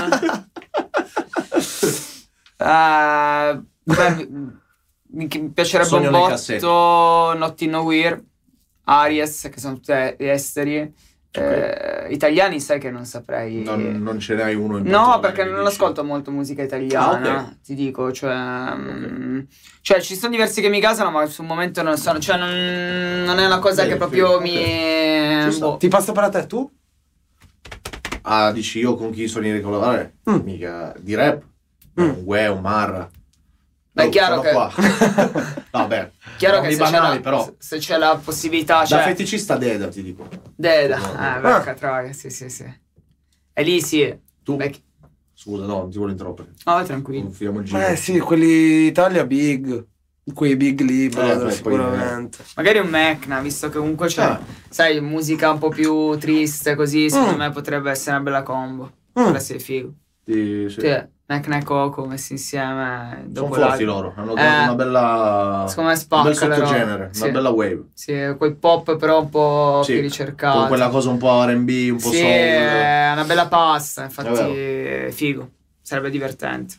Speaker 3: te.
Speaker 1: Uh, beh, mi, mi piacerebbe
Speaker 3: Sogno
Speaker 1: un
Speaker 3: nei
Speaker 1: botto
Speaker 3: cassetti.
Speaker 1: Not in Nowhere, Aries, che sono tutte esteri.
Speaker 3: Okay.
Speaker 1: Eh, italiani sai che non saprei.
Speaker 3: Non, non ce n'hai uno in
Speaker 1: No,
Speaker 3: particolare
Speaker 1: perché
Speaker 3: che
Speaker 1: non
Speaker 3: dici?
Speaker 1: ascolto molto musica italiana,
Speaker 3: Ah, ok.
Speaker 1: ti dico, cioè, mm, cioè ci sono diversi che mi casano, ma sul momento non sono, cioè non, non è una cosa
Speaker 3: Bene,
Speaker 1: che proprio
Speaker 3: figo,
Speaker 1: mi...
Speaker 3: Ci sta.
Speaker 1: boh.
Speaker 2: Ti passa per a te, tu?
Speaker 3: Ah, dici io con chi sogni di collaborare?
Speaker 2: Mm.
Speaker 3: Mica di rap.
Speaker 2: Mm.
Speaker 3: Un Gue, un Marra.
Speaker 1: Beh, è
Speaker 3: Oh,
Speaker 1: chiaro
Speaker 3: sono
Speaker 1: che-
Speaker 3: qua. No, beh,
Speaker 1: Chiaro
Speaker 3: non
Speaker 1: che
Speaker 3: di
Speaker 1: se c'è,
Speaker 3: banali,
Speaker 1: la,
Speaker 3: però.
Speaker 1: se- se c'è la possibilità,
Speaker 3: Da
Speaker 1: cioè...
Speaker 3: feticista Deda, ti dico.
Speaker 1: Deda,
Speaker 3: No,
Speaker 1: eh,
Speaker 3: no.
Speaker 1: porca troia, sì, sì, sì. E lì sì.
Speaker 3: Tu?
Speaker 1: Beh,
Speaker 3: Scusa, no, non ti voglio interrompere.
Speaker 1: no, tranquillo.
Speaker 3: Confiamo in giro.
Speaker 2: Eh sì, quelli Italia big. Quei big lì, brother,
Speaker 3: poi-
Speaker 2: sicuramente.
Speaker 1: Magari un Mecna, visto che comunque c'è,
Speaker 3: Ah.
Speaker 1: sai, musica un po' più triste, così, secondo
Speaker 2: Mm.
Speaker 1: me potrebbe essere una bella combo.
Speaker 2: Mm.
Speaker 1: Quella sì, è figo.
Speaker 3: Sì, sì.
Speaker 1: Sì, Mecna e Coco messi insieme.
Speaker 3: Sono
Speaker 1: Dopo
Speaker 3: forti
Speaker 1: l'album.
Speaker 3: loro, hanno
Speaker 1: Eh,
Speaker 3: dato una bella...
Speaker 1: secondo me
Speaker 3: un
Speaker 1: spacca
Speaker 3: bel
Speaker 1: la roba.
Speaker 3: sottogenere,
Speaker 1: Sì.
Speaker 3: una bella wave.
Speaker 1: Sì, quel pop però un po'
Speaker 3: Sì,
Speaker 1: più ricercato.
Speaker 3: con quella cosa un po' R and B, un po'
Speaker 1: Sì,
Speaker 3: soul.
Speaker 1: è una bella pasta,
Speaker 3: È
Speaker 1: infatti
Speaker 3: vero.
Speaker 1: è figo. Sarebbe divertente.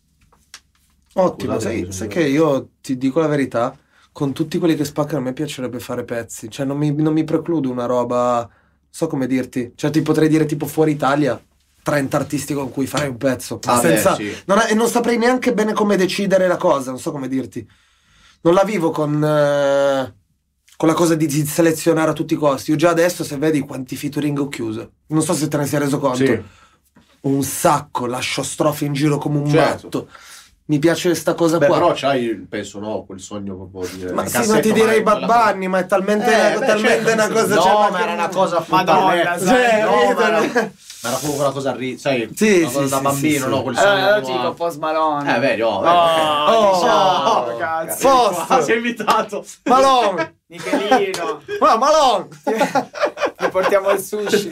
Speaker 2: Ottimo,
Speaker 3: Scusate,
Speaker 2: sai,
Speaker 3: bisogna-
Speaker 2: sai che io ti dico la verità, con tutti quelli che spaccano a me piacerebbe fare pezzi, cioè non mi, non mi precludo una roba, non so come dirti, cioè ti potrei dire tipo fuori Italia, trenta artisti con cui fare un pezzo, ma
Speaker 3: Ah, beh,
Speaker 2: senza,
Speaker 3: sì.
Speaker 2: non, e non saprei neanche bene come decidere la cosa, non so come dirti, non la vivo con, eh, con la cosa di, di selezionare a tutti i costi, io già adesso se vedi quanti featuring ho chiuso, non so se te ne sei reso conto,
Speaker 3: Sì.
Speaker 2: un sacco, lascio strofe in giro come un
Speaker 3: Certo.
Speaker 2: matto. Mi piace sta cosa
Speaker 3: Beh,
Speaker 2: qua.
Speaker 3: però c'hai, penso, no, quel sogno proprio di dire...
Speaker 2: Ma
Speaker 3: nel
Speaker 2: sì, ma
Speaker 3: cassetto,
Speaker 2: ti direi
Speaker 3: ma-
Speaker 2: Bad Bunny, ma è talmente,
Speaker 3: Eh,
Speaker 2: una,
Speaker 3: beh,
Speaker 2: talmente
Speaker 3: certo,
Speaker 2: una
Speaker 3: sì.
Speaker 2: cosa...
Speaker 3: No,
Speaker 2: cioè,
Speaker 3: ma
Speaker 2: che-
Speaker 3: era una cosa
Speaker 1: Madonna,
Speaker 3: fontane-
Speaker 2: sai,
Speaker 3: no,
Speaker 2: ridere.
Speaker 3: ma era, ma era proprio quella cosa, ri- sai,
Speaker 2: Sì,
Speaker 3: una
Speaker 2: sì,
Speaker 3: cosa da
Speaker 2: sì,
Speaker 3: bambino,
Speaker 2: sì,
Speaker 3: no?
Speaker 2: sì.
Speaker 3: Quel
Speaker 1: Allora,
Speaker 3: sogno
Speaker 1: allora ti
Speaker 3: nuovo.
Speaker 1: dico Post Malone.
Speaker 3: Eh, vedi, oh,
Speaker 1: Oh,
Speaker 2: Oh,
Speaker 1: diciamo,
Speaker 2: oh,
Speaker 1: cazzo.
Speaker 2: Post.
Speaker 3: Ah, sei invitato.
Speaker 2: Malone!
Speaker 1: Michelino,
Speaker 2: Ma Malone!
Speaker 1: ti portiamo il sushi.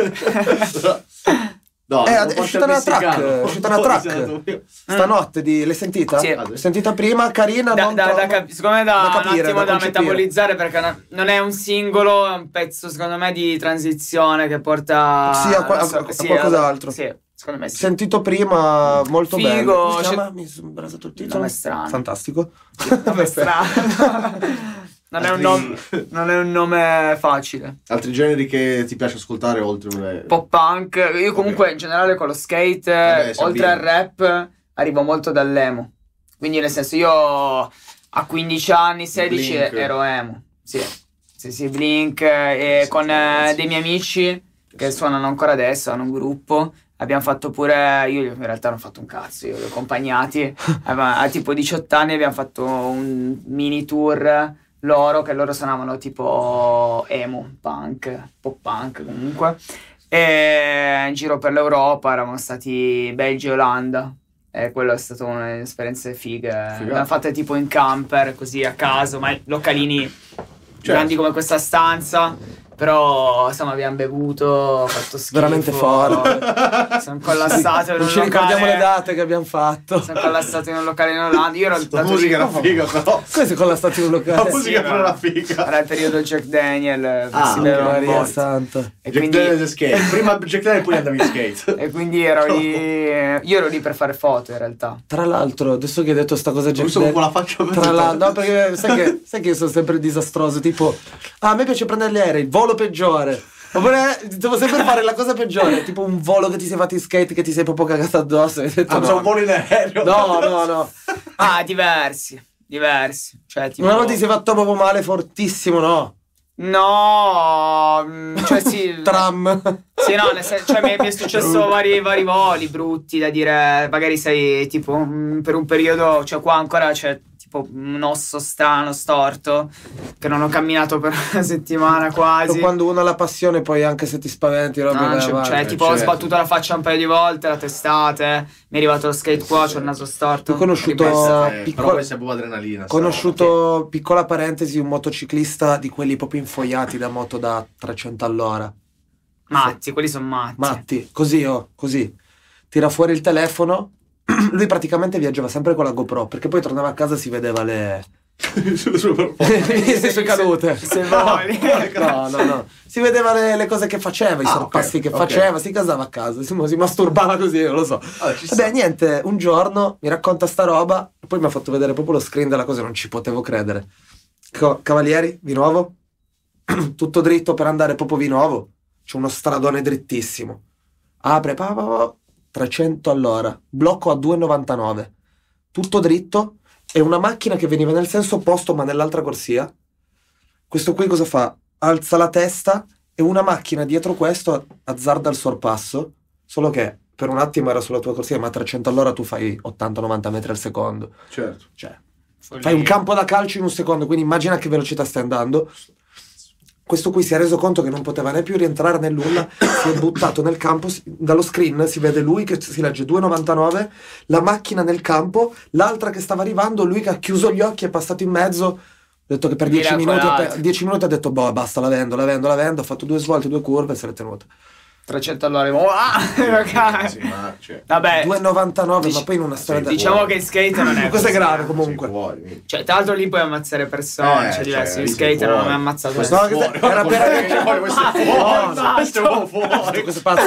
Speaker 3: No,
Speaker 2: Eh,
Speaker 3: non
Speaker 2: è
Speaker 3: posso
Speaker 2: uscita una
Speaker 3: messicano.
Speaker 2: track, è uscita una
Speaker 3: Poi
Speaker 2: track.
Speaker 3: sei andato via.
Speaker 2: Stanotte di... l'hai sentita?
Speaker 1: Sì.
Speaker 2: L'ho sentita prima, carina,
Speaker 1: Da,
Speaker 2: non
Speaker 1: da,
Speaker 2: troppo-
Speaker 1: da cap- secondo me da,
Speaker 2: da capire,
Speaker 1: un attimo
Speaker 2: da
Speaker 1: da,
Speaker 2: concepire.
Speaker 1: metabolizzare, perché no- non è un singolo, è un pezzo secondo me di transizione che porta
Speaker 2: Sì, a qua-
Speaker 1: non so-
Speaker 2: a- a
Speaker 1: sì,
Speaker 2: qualcos'altro.
Speaker 1: Sì, secondo me sì.
Speaker 2: Sentito prima, molto
Speaker 1: Figo,
Speaker 2: bello. Come si
Speaker 1: c'è-
Speaker 2: chiama? Mi sembra stato il titolo.
Speaker 1: Nome strano.
Speaker 2: Fantastico.
Speaker 1: Nome strano. Non è, un nome, non è un nome facile.
Speaker 3: Altri generi che ti piace ascoltare oltre...
Speaker 1: Pop punk. Io comunque in generale con lo skate,
Speaker 3: Vabbè, si
Speaker 1: oltre al
Speaker 3: abbina.
Speaker 1: rap, arrivo molto dall'emo. Quindi nel senso io a quindici anni, sedici
Speaker 3: Blink.
Speaker 1: ero emo. Sì, sì, sì, Blink. E
Speaker 3: Sì,
Speaker 1: con
Speaker 3: sì,
Speaker 1: eh,
Speaker 3: sì.
Speaker 1: dei miei amici che
Speaker 3: Sì.
Speaker 1: suonano ancora adesso, hanno un gruppo. Abbiamo fatto pure, io in realtà non ho fatto un cazzo, io li ho accompagnati. a, a tipo diciotto anni abbiamo fatto un mini tour loro, che loro suonavano tipo emo, punk, pop punk comunque. E in giro per l'Europa eravamo stati Belgio e Olanda. E quello è stata un'esperienza figa. L'abbiamo fatta tipo in camper, così a caso, ma localini grandi come questa stanza. Però insomma abbiamo bevuto, ho fatto schifo.
Speaker 2: Veramente forte.
Speaker 1: Sono collassato in
Speaker 2: Non
Speaker 1: un
Speaker 2: ci ricordiamo
Speaker 1: locale-
Speaker 2: le date che abbiamo fatto.
Speaker 1: Sono collassato in un locale in Olanda. Io ero
Speaker 3: La
Speaker 1: dato
Speaker 3: musica
Speaker 1: lì-
Speaker 3: era figa, però.
Speaker 2: Come si con la statua in un
Speaker 3: La
Speaker 2: locale?
Speaker 3: musica
Speaker 1: sì,
Speaker 3: però
Speaker 1: ma-
Speaker 3: era figa.
Speaker 1: Era il periodo Jack Daniel, che
Speaker 3: Ah,
Speaker 1: si
Speaker 3: ok,
Speaker 1: beveva un
Speaker 2: Maria
Speaker 1: botto.
Speaker 2: santa.
Speaker 1: E
Speaker 3: Jack
Speaker 1: quindi,
Speaker 3: Daniels e skate. Prima Jack Daniels, poi andavi in skate.
Speaker 1: e quindi ero lì. Io ero lì per fare foto in realtà.
Speaker 2: Tra l'altro, adesso che hai detto sta cosa
Speaker 3: Ho
Speaker 2: Jack
Speaker 3: visto con
Speaker 2: Daniels-
Speaker 3: la faccia per
Speaker 2: Tra l'altro, no, perché sai che, sai che io sono sempre disastroso. Tipo, ah, a me piace prendere gli aerei, il volo peggiore. Oppure devo sempre fare la cosa peggiore. Tipo un volo che ti sei fatto in skate, che ti sei proprio cagato addosso. E hai detto,
Speaker 3: Ah,
Speaker 2: no.
Speaker 3: c'è un volo in aereo.
Speaker 2: no, no, no.
Speaker 1: Ah, diversi. Diversi. Cioè, tipo.
Speaker 2: Una volta ti sei fatto proprio male, fortissimo, no?
Speaker 1: No, mm, cioè sì.
Speaker 2: Tram.
Speaker 1: Sì, no, nel sen- cioè mi, mi è successo vari, vari voli brutti da dire, magari sei tipo mm, per un periodo, cioè qua ancora c'è tipo tipo un osso strano, storto, che non ho camminato per una settimana quasi.
Speaker 2: Quando uno ha la passione, poi anche se ti spaventi, roba
Speaker 1: No,
Speaker 2: vai
Speaker 1: cioè,
Speaker 2: avanti.
Speaker 1: cioè, tipo
Speaker 3: certo.
Speaker 1: ho sbattuto la faccia un paio di volte, la testate, mi è arrivato lo skate qua, c'ho il naso storto.
Speaker 2: Ho conosciuto-
Speaker 1: Ripreso.
Speaker 3: Eh,
Speaker 2: piccolo-
Speaker 3: però questa è proprio adrenalina.
Speaker 2: Conosciuto, piccola parentesi, un motociclista di quelli proprio infoiati da moto da trecento all'ora.
Speaker 1: Matti, quelli sono matti.
Speaker 2: Matti, così oh, così. Tira fuori il telefono. Lui praticamente viaggiava sempre con la GoPro, perché poi tornava a casa e si vedeva le
Speaker 3: le
Speaker 2: le sue cadute.
Speaker 1: Se vuoi.
Speaker 2: No, no, no. Si vedeva le, le cose che faceva, i
Speaker 3: Ah,
Speaker 2: sorpassi
Speaker 3: ok,
Speaker 2: che
Speaker 3: ok.
Speaker 2: faceva, si casava a casa, si, si masturbava così, non lo so.
Speaker 3: Ah, ci sta.
Speaker 2: Vabbè, niente, un giorno mi racconta sta roba, e poi mi ha fatto vedere proprio lo screen della cosa, non ci potevo credere. Co- Cavalieri, Vinovo, tutto dritto per andare proprio Vinovo, c'è uno stradone drittissimo. Apre, pa, pa, pa, trecento all'ora, blocco a due virgola novantanove, tutto dritto, e una macchina che veniva nel senso opposto ma nell'altra corsia. Questo qui cosa fa? Alza la testa e una macchina dietro questo azzarda il sorpasso, solo che per un attimo era sulla tua corsia, ma a trecento all'ora tu fai ottanta novanta metri al secondo,
Speaker 3: Certo.
Speaker 2: cioè
Speaker 1: Follia.
Speaker 2: fai un campo da calcio in un secondo, quindi immagina a che velocità stai andando. Questo qui si è reso conto che non poteva né più rientrare nel nulla, si è buttato nel campo, si- dallo screen si vede lui che si legge due virgola novantanove, la macchina nel campo, l'altra che stava arrivando, lui che ha chiuso gli occhi, è passato in mezzo, ha detto che per dieci minuti,
Speaker 1: Miracolato.
Speaker 2: per dieci minuti ha detto boh basta, la vendo, la vendo, la vendo, ha fatto due svolte, due curve e se l'è tenuta.
Speaker 1: trecento all'ore. Oh, ah, ragazzi.
Speaker 3: Sì, ma, cioè,
Speaker 1: Vabbè,
Speaker 2: due virgola novantanove,
Speaker 1: dic-
Speaker 2: ma poi in una storia da...
Speaker 1: diciamo che il skate non è
Speaker 2: Questo è
Speaker 1: così,
Speaker 2: grave
Speaker 1: eh.
Speaker 2: comunque.
Speaker 3: sei fuori.
Speaker 1: Cioè, tra l'altro lì puoi ammazzare persone,
Speaker 3: Eh,
Speaker 1: cioè diverso.
Speaker 3: cioè,
Speaker 1: Il
Speaker 3: lì sei
Speaker 1: skate non
Speaker 3: fuori.
Speaker 1: mi ha ammazzato
Speaker 3: Questo
Speaker 2: No,
Speaker 3: è
Speaker 1: nessuno.
Speaker 2: questo era per...
Speaker 3: Fuori, questo è
Speaker 2: No,
Speaker 3: fuori.
Speaker 2: no,
Speaker 3: Questo è proprio fuori.
Speaker 2: questo pazzo...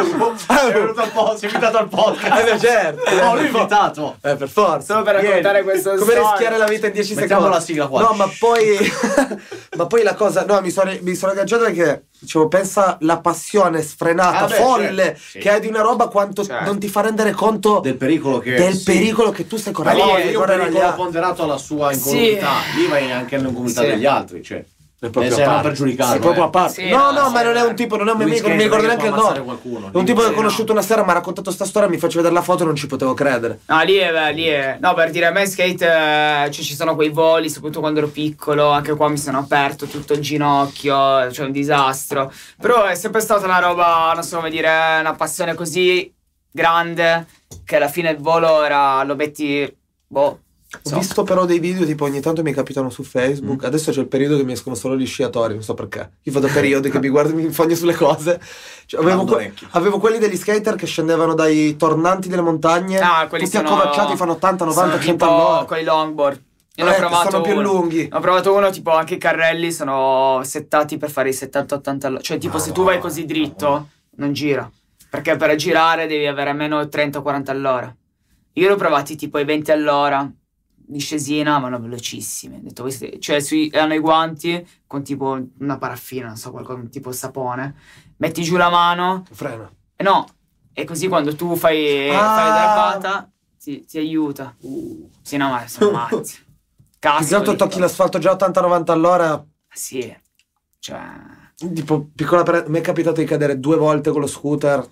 Speaker 3: È venuto al podcast, sei invitato al podcast.
Speaker 2: Eh, beh, certo.
Speaker 3: No, lui è invitato.
Speaker 2: Eh, per forza.
Speaker 1: Solo per raccontare
Speaker 2: Vieni.
Speaker 1: questa
Speaker 2: Come
Speaker 1: storia.
Speaker 2: rischiare la vita in dieci
Speaker 3: Mettiamo
Speaker 2: secondi.
Speaker 3: la sigla qua.
Speaker 2: No, ma poi ma poi la cosa, no, mi sono mi sono agganciato perché dicevo, pensa la passione sfrenata,
Speaker 3: Ah, beh,
Speaker 2: folle
Speaker 3: certo, sì.
Speaker 2: che hai di una roba, quanto
Speaker 1: Certo.
Speaker 2: non ti fa rendere conto
Speaker 3: Del pericolo che
Speaker 2: del
Speaker 3: sì.
Speaker 2: pericolo che tu stai
Speaker 3: Ma
Speaker 2: correndo.
Speaker 3: lì
Speaker 1: Ma
Speaker 3: è
Speaker 1: lì
Speaker 3: un
Speaker 2: correre agli
Speaker 3: pericolo
Speaker 2: altri.
Speaker 3: ponderato alla sua
Speaker 1: Sì.
Speaker 3: incolumità. Lì vai anche nell'incolumità
Speaker 1: Sì.
Speaker 3: degli altri, cioè.
Speaker 2: È
Speaker 3: Eh, se non per giudicarlo,
Speaker 2: È proprio
Speaker 3: eh.
Speaker 2: a parte.
Speaker 1: Sì,
Speaker 2: no,
Speaker 1: no,
Speaker 2: no,
Speaker 1: sì,
Speaker 2: ma non è
Speaker 1: eh.
Speaker 2: un tipo, non è un mio
Speaker 3: Lui
Speaker 2: amico, non mi
Speaker 3: skate
Speaker 2: ricordo
Speaker 3: perché
Speaker 2: neanche il
Speaker 3: può
Speaker 2: nome.
Speaker 3: ammazzare qualcuno.
Speaker 2: È un tipo che ho
Speaker 1: Sì,
Speaker 2: conosciuto una sera, mi ha raccontato sta storia, mi faccio vedere la foto e non ci potevo credere.
Speaker 1: No, lì è, beh, lì è... No, per dire, a me skate, eh, cioè, ci sono quei voli, soprattutto quando ero piccolo, anche qua mi sono aperto tutto il ginocchio, cioè un disastro. Però è sempre stata una roba, non so come dire, una passione così grande, che alla fine il volo era, lo metti, boh,
Speaker 2: Ho
Speaker 1: so.
Speaker 2: visto però dei video, tipo ogni tanto mi capitano su Facebook.
Speaker 3: Mm.
Speaker 2: Adesso c'è il periodo che mi escono solo gli sciatori, non so perché. Io vado a periodi che mi guardo e mi infogno sulle cose. Cioè, avevo, que-
Speaker 3: Bandonecchi.
Speaker 2: avevo quelli degli skater che scendevano dai tornanti delle montagne,
Speaker 1: Ah, quelli
Speaker 2: tutti
Speaker 1: sono...
Speaker 2: accovacciati, fanno ottanta, novanta,
Speaker 1: sono
Speaker 2: cento
Speaker 1: tipo
Speaker 2: all'ora.
Speaker 1: con i longboard. Io ne
Speaker 2: Eh,
Speaker 1: ho provato
Speaker 2: sono più
Speaker 1: uno.
Speaker 2: lunghi.
Speaker 1: Ho provato uno, tipo anche i carrelli sono settati per fare i settanta ottanta all'ora. Cioè, tipo, se tu vai così dritto, non gira. Perché per girare devi avere almeno trenta quaranta all'ora. Io l'ho provati tipo ai venti all'ora, discesina, ma no, velocissimi. Ho detto, voi siete- cioè, sui, hanno i guanti con tipo una paraffina, non so, qualcosa, tipo sapone. Metti giù la mano,
Speaker 2: Frena.
Speaker 1: e no, e così quando tu fai,
Speaker 2: Ah.
Speaker 1: fai la drapata, ti, ti aiuta. Sì, no, ma sono matti. Cazzo.
Speaker 2: Più che altro tocchi l'asfalto già a ottanta novanta all'ora.
Speaker 1: Sì, cioè...
Speaker 2: Tipo, piccola pre- mi è capitato di cadere due volte con lo scooter.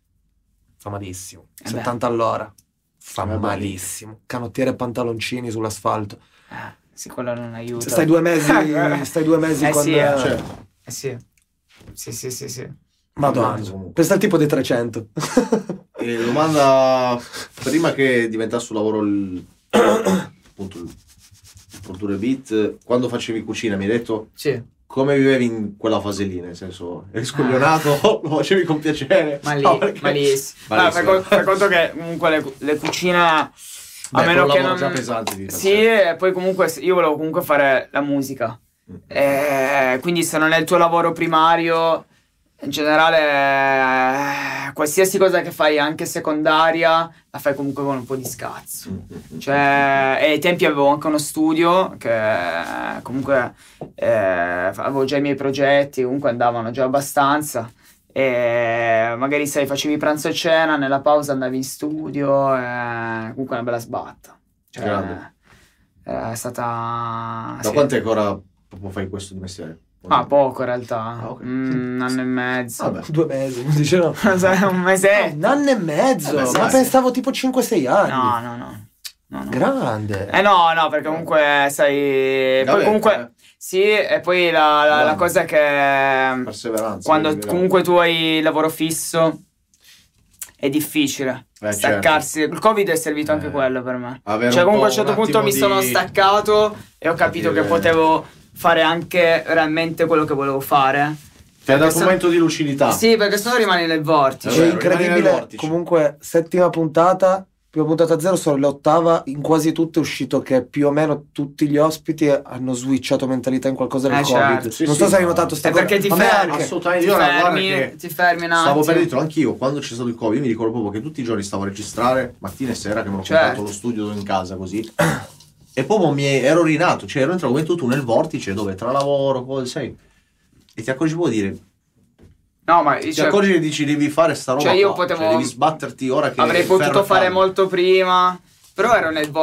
Speaker 2: Fa malissimo.
Speaker 1: Eh beh.
Speaker 2: settanta all'ora. Fa
Speaker 3: Eh beh.
Speaker 2: malissimo. Canottiere e pantaloncini sull'asfalto.
Speaker 1: Eh, sì, quello non aiuta.
Speaker 2: Stai due mesi, stai due mesi
Speaker 1: Eh
Speaker 2: con...
Speaker 1: sì, eh.
Speaker 3: Cioè,
Speaker 1: Eh sì. Sì, sì, sì, sì.
Speaker 2: Madonna.
Speaker 3: comunque.
Speaker 2: Questo è il tipo dei trecento.
Speaker 3: E domanda, prima che diventasse un lavoro il, appunto il produrre beat, quando facevi cucina mi hai detto
Speaker 1: Sì.
Speaker 3: come vivevi in quella fase lì, nel senso eri scoglionato, lo facevi con piacere?
Speaker 1: Ma lì,
Speaker 3: No, perché-
Speaker 1: malissimo. Allora, fai,
Speaker 3: Malissimo.
Speaker 1: co- fai conto che comunque le, le cucine... A
Speaker 3: Beh,
Speaker 1: meno
Speaker 3: un
Speaker 1: che
Speaker 3: lavoro
Speaker 1: non...
Speaker 3: già pesante di per
Speaker 1: Sì,
Speaker 3: sé.
Speaker 1: e poi comunque io volevo comunque fare la musica.
Speaker 3: Mm.
Speaker 1: Eh, quindi se non è il tuo lavoro primario, in generale, eh, qualsiasi cosa che fai, anche secondaria, la fai comunque con un po' di scazzo.
Speaker 3: Mm.
Speaker 1: Cioè, e ai tempi avevo anche uno studio che eh, comunque eh, avevo già i miei progetti, comunque andavano già abbastanza. E magari sai, facevi pranzo e cena, nella pausa andavi in studio, e comunque una bella sbatta. Cioè,
Speaker 3: Grande.
Speaker 1: è stata...
Speaker 3: Da
Speaker 1: sì.
Speaker 3: quanto è che ora proprio fai questo di mestiere?
Speaker 1: Ah, poco in realtà,
Speaker 3: Ah, ok.
Speaker 1: Mm, un anno e mezzo.
Speaker 3: Vabbè.
Speaker 2: Due mesi, mi dice no.
Speaker 1: un mese.
Speaker 2: Un anno e mezzo,
Speaker 3: Eh beh, sì,
Speaker 2: ma
Speaker 3: sì.
Speaker 2: pensavo tipo cinque sei anni.
Speaker 1: No, no, no. no, no.
Speaker 2: Grande.
Speaker 1: Eh no, no, perché comunque sai.
Speaker 3: Vabbè,
Speaker 1: poi comunque.
Speaker 3: eh.
Speaker 1: Sì, e poi la, la, la
Speaker 3: Vabbè.
Speaker 1: cosa è che.
Speaker 3: Perseveranza.
Speaker 1: Quando
Speaker 3: quindi,
Speaker 1: comunque tu hai il lavoro fisso. È difficile
Speaker 3: Eh,
Speaker 1: staccarsi.
Speaker 3: certo.
Speaker 1: Il Covid è servito anche
Speaker 3: Eh,
Speaker 1: quello per me.
Speaker 3: avere
Speaker 1: Cioè,
Speaker 3: un
Speaker 1: comunque a
Speaker 3: po'
Speaker 1: un certo
Speaker 3: un
Speaker 1: punto mi
Speaker 3: attimo
Speaker 1: sono
Speaker 3: di-
Speaker 1: staccato e ho capito
Speaker 3: Capire.
Speaker 1: che potevo fare anche realmente quello che volevo fare.
Speaker 3: Ti ha dato
Speaker 1: Perché
Speaker 3: un
Speaker 1: se-
Speaker 3: momento di lucidità.
Speaker 1: Sì, perché sennò rimani nel vortice.
Speaker 3: È
Speaker 2: È
Speaker 3: vero, rimani nel
Speaker 2: incredibile.
Speaker 3: vortice.
Speaker 2: Comunque, settima puntata, prima puntata zero, sono l'ottava. In quasi tutte è uscito che più o meno tutti gli ospiti hanno switchato mentalità in qualcosa del
Speaker 1: Eh,
Speaker 2: Covid.
Speaker 1: certo.
Speaker 3: Sì,
Speaker 2: non
Speaker 3: sì,
Speaker 2: so se hai
Speaker 3: ma-
Speaker 2: notato sta
Speaker 1: È perché ti
Speaker 2: cosa. A me
Speaker 1: fermi.
Speaker 2: anche.
Speaker 3: Assolutamente.
Speaker 1: Ti
Speaker 3: Io, guarda
Speaker 1: fermi,
Speaker 3: che
Speaker 1: ti fermi un attimo.
Speaker 3: stavo per dirlo anch'io quando c'è stato il Covid. Io mi ricordo proprio che tutti i giorni stavo a registrare mattina e sera, che mi ero
Speaker 1: Certo.
Speaker 3: comprato lo studio in casa così. E proprio mi ero rinato, cioè ero entrato come tu nel vortice dove tra lavoro, poi sai. E ti accorgi può dire.
Speaker 1: No, ma
Speaker 3: Ti
Speaker 1: cioè,
Speaker 3: accorgi che dici devi fare sta roba.
Speaker 1: Cioè, io
Speaker 3: qua,
Speaker 1: potevo-
Speaker 3: cioè, devi sbatterti ora che
Speaker 1: avrei
Speaker 3: il ferro
Speaker 1: potuto
Speaker 3: è
Speaker 1: fare
Speaker 3: caldo.
Speaker 1: molto prima. Però ero nel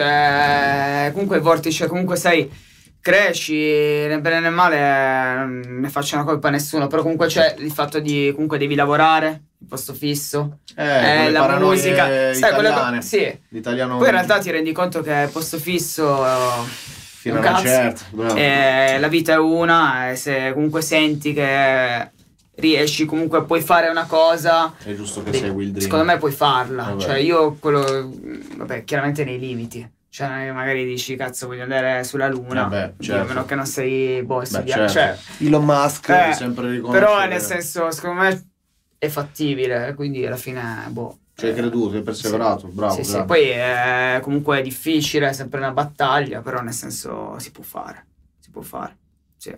Speaker 1: vortice. Comunque il vortice, comunque sai, cresci, né bene né male, non ne faccia una colpa a nessuno. Però comunque c'è il fatto di comunque devi lavorare, il posto fisso.
Speaker 3: Eh,
Speaker 1: Eh,
Speaker 3: quelle
Speaker 1: la
Speaker 3: paranoie
Speaker 1: musica, sai, quelle co-
Speaker 3: italiane.
Speaker 1: sì.
Speaker 3: L'italiano
Speaker 1: Poi in realtà ti rendi conto che il posto fisso
Speaker 3: fino a
Speaker 1: un
Speaker 3: una
Speaker 1: cazzo.
Speaker 3: certa, bravo.
Speaker 1: Eh, la vita è una, e se comunque senti che riesci, comunque puoi fare una cosa,
Speaker 3: È giusto che
Speaker 1: devi-
Speaker 3: segui il dream.
Speaker 1: secondo me puoi farla.
Speaker 3: Vabbè.
Speaker 1: Cioè io quello, vabbè, chiaramente nei limiti. Cioè magari dici cazzo voglio andare sulla luna,
Speaker 3: Vabbè,
Speaker 1: Dio,
Speaker 3: certo.
Speaker 1: a meno che non sei boh,
Speaker 3: Beh,
Speaker 1: studiare.
Speaker 3: certo.
Speaker 1: Cioè,
Speaker 2: Elon Musk.
Speaker 1: Eh,
Speaker 3: Devi sempre riconoscere.
Speaker 1: però nel senso secondo me è fattibile, quindi alla fine boh.
Speaker 3: Ci hai
Speaker 1: eh,
Speaker 3: creduto, hai perseverato,
Speaker 1: sì.
Speaker 3: bravo.
Speaker 1: Sì, sì.
Speaker 3: grande.
Speaker 1: Poi è, comunque è difficile, è sempre una battaglia, però nel senso si può fare, si può fare, sì.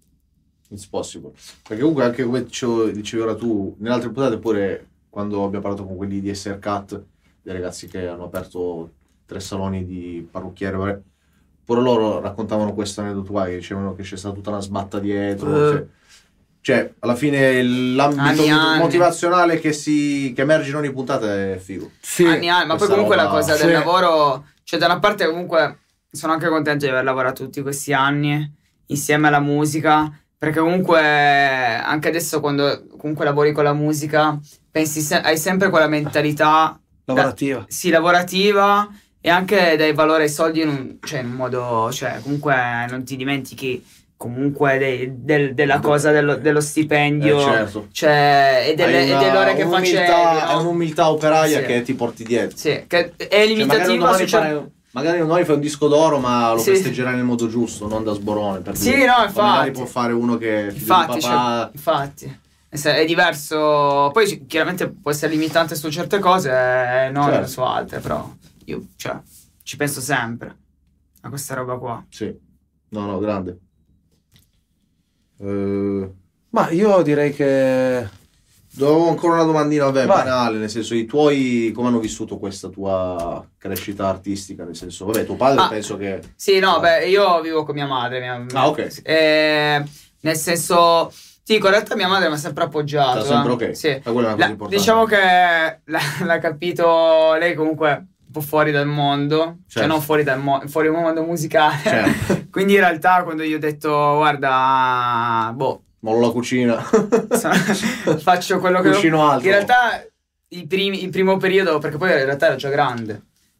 Speaker 3: It's possible. Perché comunque anche come dicevo- dicevi ora tu, nelle altre puntate pure quando abbiamo parlato con quelli di S R Cut, dei ragazzi che hanno aperto tre saloni di parrucchiere, vabbè, pure loro raccontavano questo aneddoto qua, che dicevano che c'è stata tutta una sbatta dietro.
Speaker 1: Uh.
Speaker 3: Cioè, cioè, alla fine l'ambito
Speaker 1: Anni, anni.
Speaker 3: motivazionale che, si, che emerge in ogni puntata è figo.
Speaker 2: Sì.
Speaker 1: Anni, anni, ma poi
Speaker 3: questa
Speaker 1: comunque la
Speaker 3: roba-
Speaker 1: cosa
Speaker 2: sì.
Speaker 1: del lavoro, cioè da una parte comunque sono anche contento di aver lavorato tutti questi anni insieme alla musica, perché comunque anche adesso quando comunque lavori con la musica pensi se- hai sempre quella mentalità
Speaker 2: Lavorativa.
Speaker 1: da- sì, lavorativa, e anche dai valore ai soldi in un, cioè in un modo, cioè comunque non ti dimentichi comunque dei- del- della cosa dello, dello stipendio,
Speaker 3: Eh, certo.
Speaker 1: cioè e delle,
Speaker 3: Hai
Speaker 1: e
Speaker 3: una-
Speaker 1: delle ore che
Speaker 3: un'umiltà-
Speaker 1: facevi,
Speaker 3: È
Speaker 1: no?
Speaker 3: un'umiltà operaia
Speaker 1: Sì.
Speaker 3: che ti porti dietro.
Speaker 1: Sì, che è
Speaker 3: Cioè, magari, un
Speaker 1: limitativa
Speaker 3: domani
Speaker 1: su cer-
Speaker 3: fai, magari un domani fai un disco d'oro, ma lo
Speaker 1: Sì.
Speaker 3: festeggerai nel modo giusto, non da sborone. Per
Speaker 1: Sì,
Speaker 3: dire.
Speaker 1: no,
Speaker 3: O
Speaker 1: infatti.
Speaker 3: magari può fare uno che figlio
Speaker 1: Infatti,
Speaker 3: di
Speaker 1: cioè,
Speaker 3: papà.
Speaker 1: infatti. E se- È diverso. Poi ci- chiaramente può essere limitante su certe cose e non
Speaker 3: Certo.
Speaker 1: su altre, però io cioè, ci penso sempre a questa roba qua.
Speaker 3: Sì, no, no, grande. Eh,
Speaker 2: Ma io direi che
Speaker 3: Avevo ancora una domandina, vabbè,
Speaker 2: Vai.
Speaker 3: banale, nel senso, i tuoi come hanno vissuto questa tua crescita artistica? Nel senso, vabbè, tuo padre
Speaker 1: Ah.
Speaker 3: penso che...
Speaker 1: Sì, no, beh, io vivo con mia madre. Mia,
Speaker 3: Ah, ok.
Speaker 1: eh, nel senso, ti dico, in realtà mia madre mi ha sempre appoggiato.
Speaker 3: Sta sempre
Speaker 1: eh.
Speaker 3: ok.
Speaker 1: Sì.
Speaker 3: Ma quella è una cosa
Speaker 1: La-
Speaker 3: importante.
Speaker 1: diciamo che l'ha, l'ha capito lei comunque un po' fuori dal mondo, cioè
Speaker 3: Certo.
Speaker 1: non fuori dal mondo, fuori dal mondo musicale.
Speaker 3: Certo.
Speaker 1: Quindi in realtà quando gli ho detto guarda, boh,
Speaker 3: Mollo la cucina.
Speaker 1: faccio quello che
Speaker 3: Cuscino alto.
Speaker 1: in realtà i primi, il primo periodo, perché poi in realtà era già grande,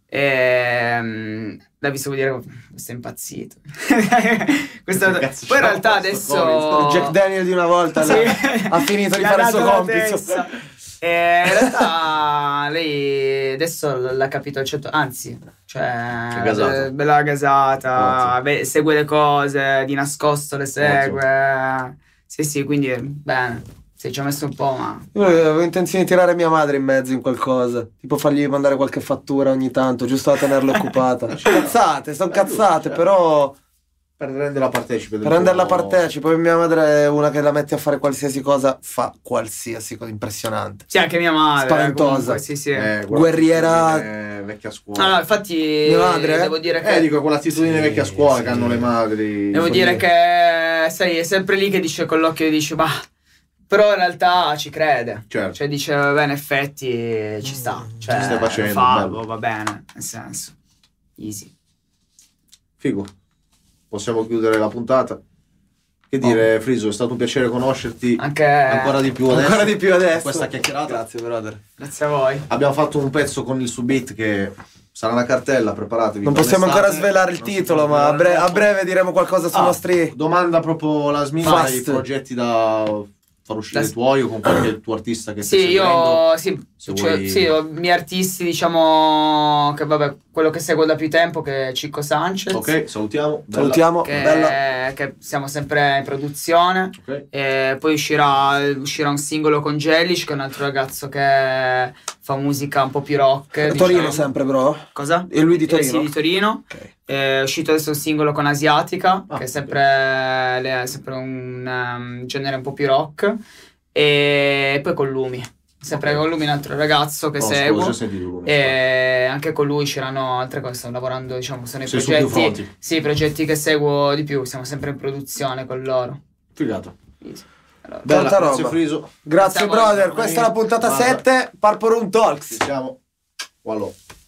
Speaker 1: e l'ha visto vuol dire questo è impazzito. Questa-
Speaker 3: Che cazzo
Speaker 1: poi in
Speaker 3: c'ha
Speaker 1: realtà
Speaker 3: questo
Speaker 1: adesso
Speaker 2: il Jack Daniel di una volta
Speaker 1: Sì.
Speaker 2: l'ha- ha finito di
Speaker 1: Gli ha
Speaker 2: fare il suo
Speaker 1: dato la
Speaker 2: compito.
Speaker 1: testa. E in realtà lei adesso l'ha capito al cento, anzi, cioè
Speaker 3: È gasata.
Speaker 1: be- bella gasata,
Speaker 3: Ottimo.
Speaker 1: be- segue le cose, di nascosto le segue. Sì, sì, quindi bene. Sì, ci ho messo un po', ma
Speaker 2: Io avevo intenzione di tirare mia madre in mezzo in qualcosa, tipo fargli mandare qualche fattura ogni tanto, giusto da tenerla occupata. Cazzate, sono cazzate, però
Speaker 3: Per renderla partecipe. del
Speaker 2: per renderla
Speaker 3: tuo-
Speaker 2: partecipe. Poi mia madre è una che la mette a fare qualsiasi cosa, fa qualsiasi cosa, impressionante.
Speaker 1: sì, anche mia madre.
Speaker 2: Spaventosa.
Speaker 1: comunque, sì, sì.
Speaker 3: Eh, guarda,
Speaker 2: Guerriera.
Speaker 3: attitudine vecchia scuola.
Speaker 1: No, no, infatti
Speaker 2: Mia madre, eh?
Speaker 1: devo dire che
Speaker 3: Eh, dico, quell'attitudine
Speaker 2: Sì,
Speaker 3: vecchia scuola
Speaker 2: sì.
Speaker 3: che hanno le madri.
Speaker 1: Devo dire che, sai, è sempre lì che dice con l'occhio, dice, ma però in realtà ci crede.
Speaker 3: Certo.
Speaker 1: Cioè dice, vabbè, in effetti ci sta. Cioè,
Speaker 3: Ci stai facendo,
Speaker 1: fa,
Speaker 3: bello.
Speaker 1: boh, va bene, nel senso. Easy.
Speaker 3: Figo. Possiamo chiudere la puntata. Che dire, Friso, è stato un piacere conoscerti.
Speaker 1: Anche
Speaker 3: Ancora di più adesso.
Speaker 2: Ancora di più adesso.
Speaker 3: Questa chiacchierata.
Speaker 2: Grazie, brother.
Speaker 1: grazie a voi.
Speaker 3: Abbiamo fatto un pezzo con il Subit che sarà una cartella, preparatevi.
Speaker 2: Non
Speaker 3: per
Speaker 2: possiamo
Speaker 3: l'estate.
Speaker 2: ancora svelare il
Speaker 3: Non si
Speaker 2: titolo,
Speaker 3: può
Speaker 2: ma a,
Speaker 3: svelare
Speaker 2: bre- a
Speaker 3: troppo.
Speaker 2: breve diremo qualcosa sui
Speaker 3: Ah,
Speaker 2: nostri...
Speaker 3: domanda proprio la smina,
Speaker 2: Fast.
Speaker 3: hai progetti da far uscire
Speaker 1: La-
Speaker 3: i tuoi o con qualche tuo artista che stai
Speaker 1: Sì,
Speaker 3: seguendo?
Speaker 1: io sì,
Speaker 3: Se
Speaker 1: cioè,
Speaker 3: vuoi-
Speaker 1: sì, ho i miei artisti, diciamo, che vabbè, quello che seguo da più tempo, che è Cicco Sanchez.
Speaker 3: Ok, salutiamo. Bella.
Speaker 2: Salutiamo,
Speaker 1: Che,
Speaker 2: bella.
Speaker 1: che siamo sempre in produzione.
Speaker 3: Ok.
Speaker 1: E poi uscirà, uscirà un singolo con Jellish, che è un altro ragazzo che fa musica un po' più rock.
Speaker 2: Torino
Speaker 1: diciamo.
Speaker 2: sempre, bro.
Speaker 1: Cosa?
Speaker 2: E lui di
Speaker 1: Eh,
Speaker 2: Torino?
Speaker 1: sì, di Torino.
Speaker 2: Ok.
Speaker 1: È uscito adesso un singolo con Asiatica,
Speaker 3: Ah,
Speaker 1: che è sempre, le- è sempre un um, genere un po' più rock. E poi con Lumi. Sempre
Speaker 3: Ok.
Speaker 1: con Lumi, un altro ragazzo che
Speaker 3: Conosco, ho
Speaker 1: seguo.
Speaker 3: già sentito Lumi.
Speaker 1: E anche con lui usciranno altre cose. Stiamo lavorando, diciamo, sono i
Speaker 3: Sei su più
Speaker 1: progetti.
Speaker 3: fronti.
Speaker 1: Sì, i progetti che seguo di più. Siamo sempre in produzione con loro.
Speaker 3: Figata.
Speaker 1: Easy. Allora,
Speaker 3: Bella,
Speaker 2: Tanta
Speaker 3: grazie
Speaker 2: roba.
Speaker 3: Friso.
Speaker 2: Grazie,
Speaker 1: Grazie a voi.
Speaker 2: brother. Questa è la puntata
Speaker 3: Guarda.
Speaker 2: sette, Purple Room Talks.
Speaker 3: Ci siamo. Wallo.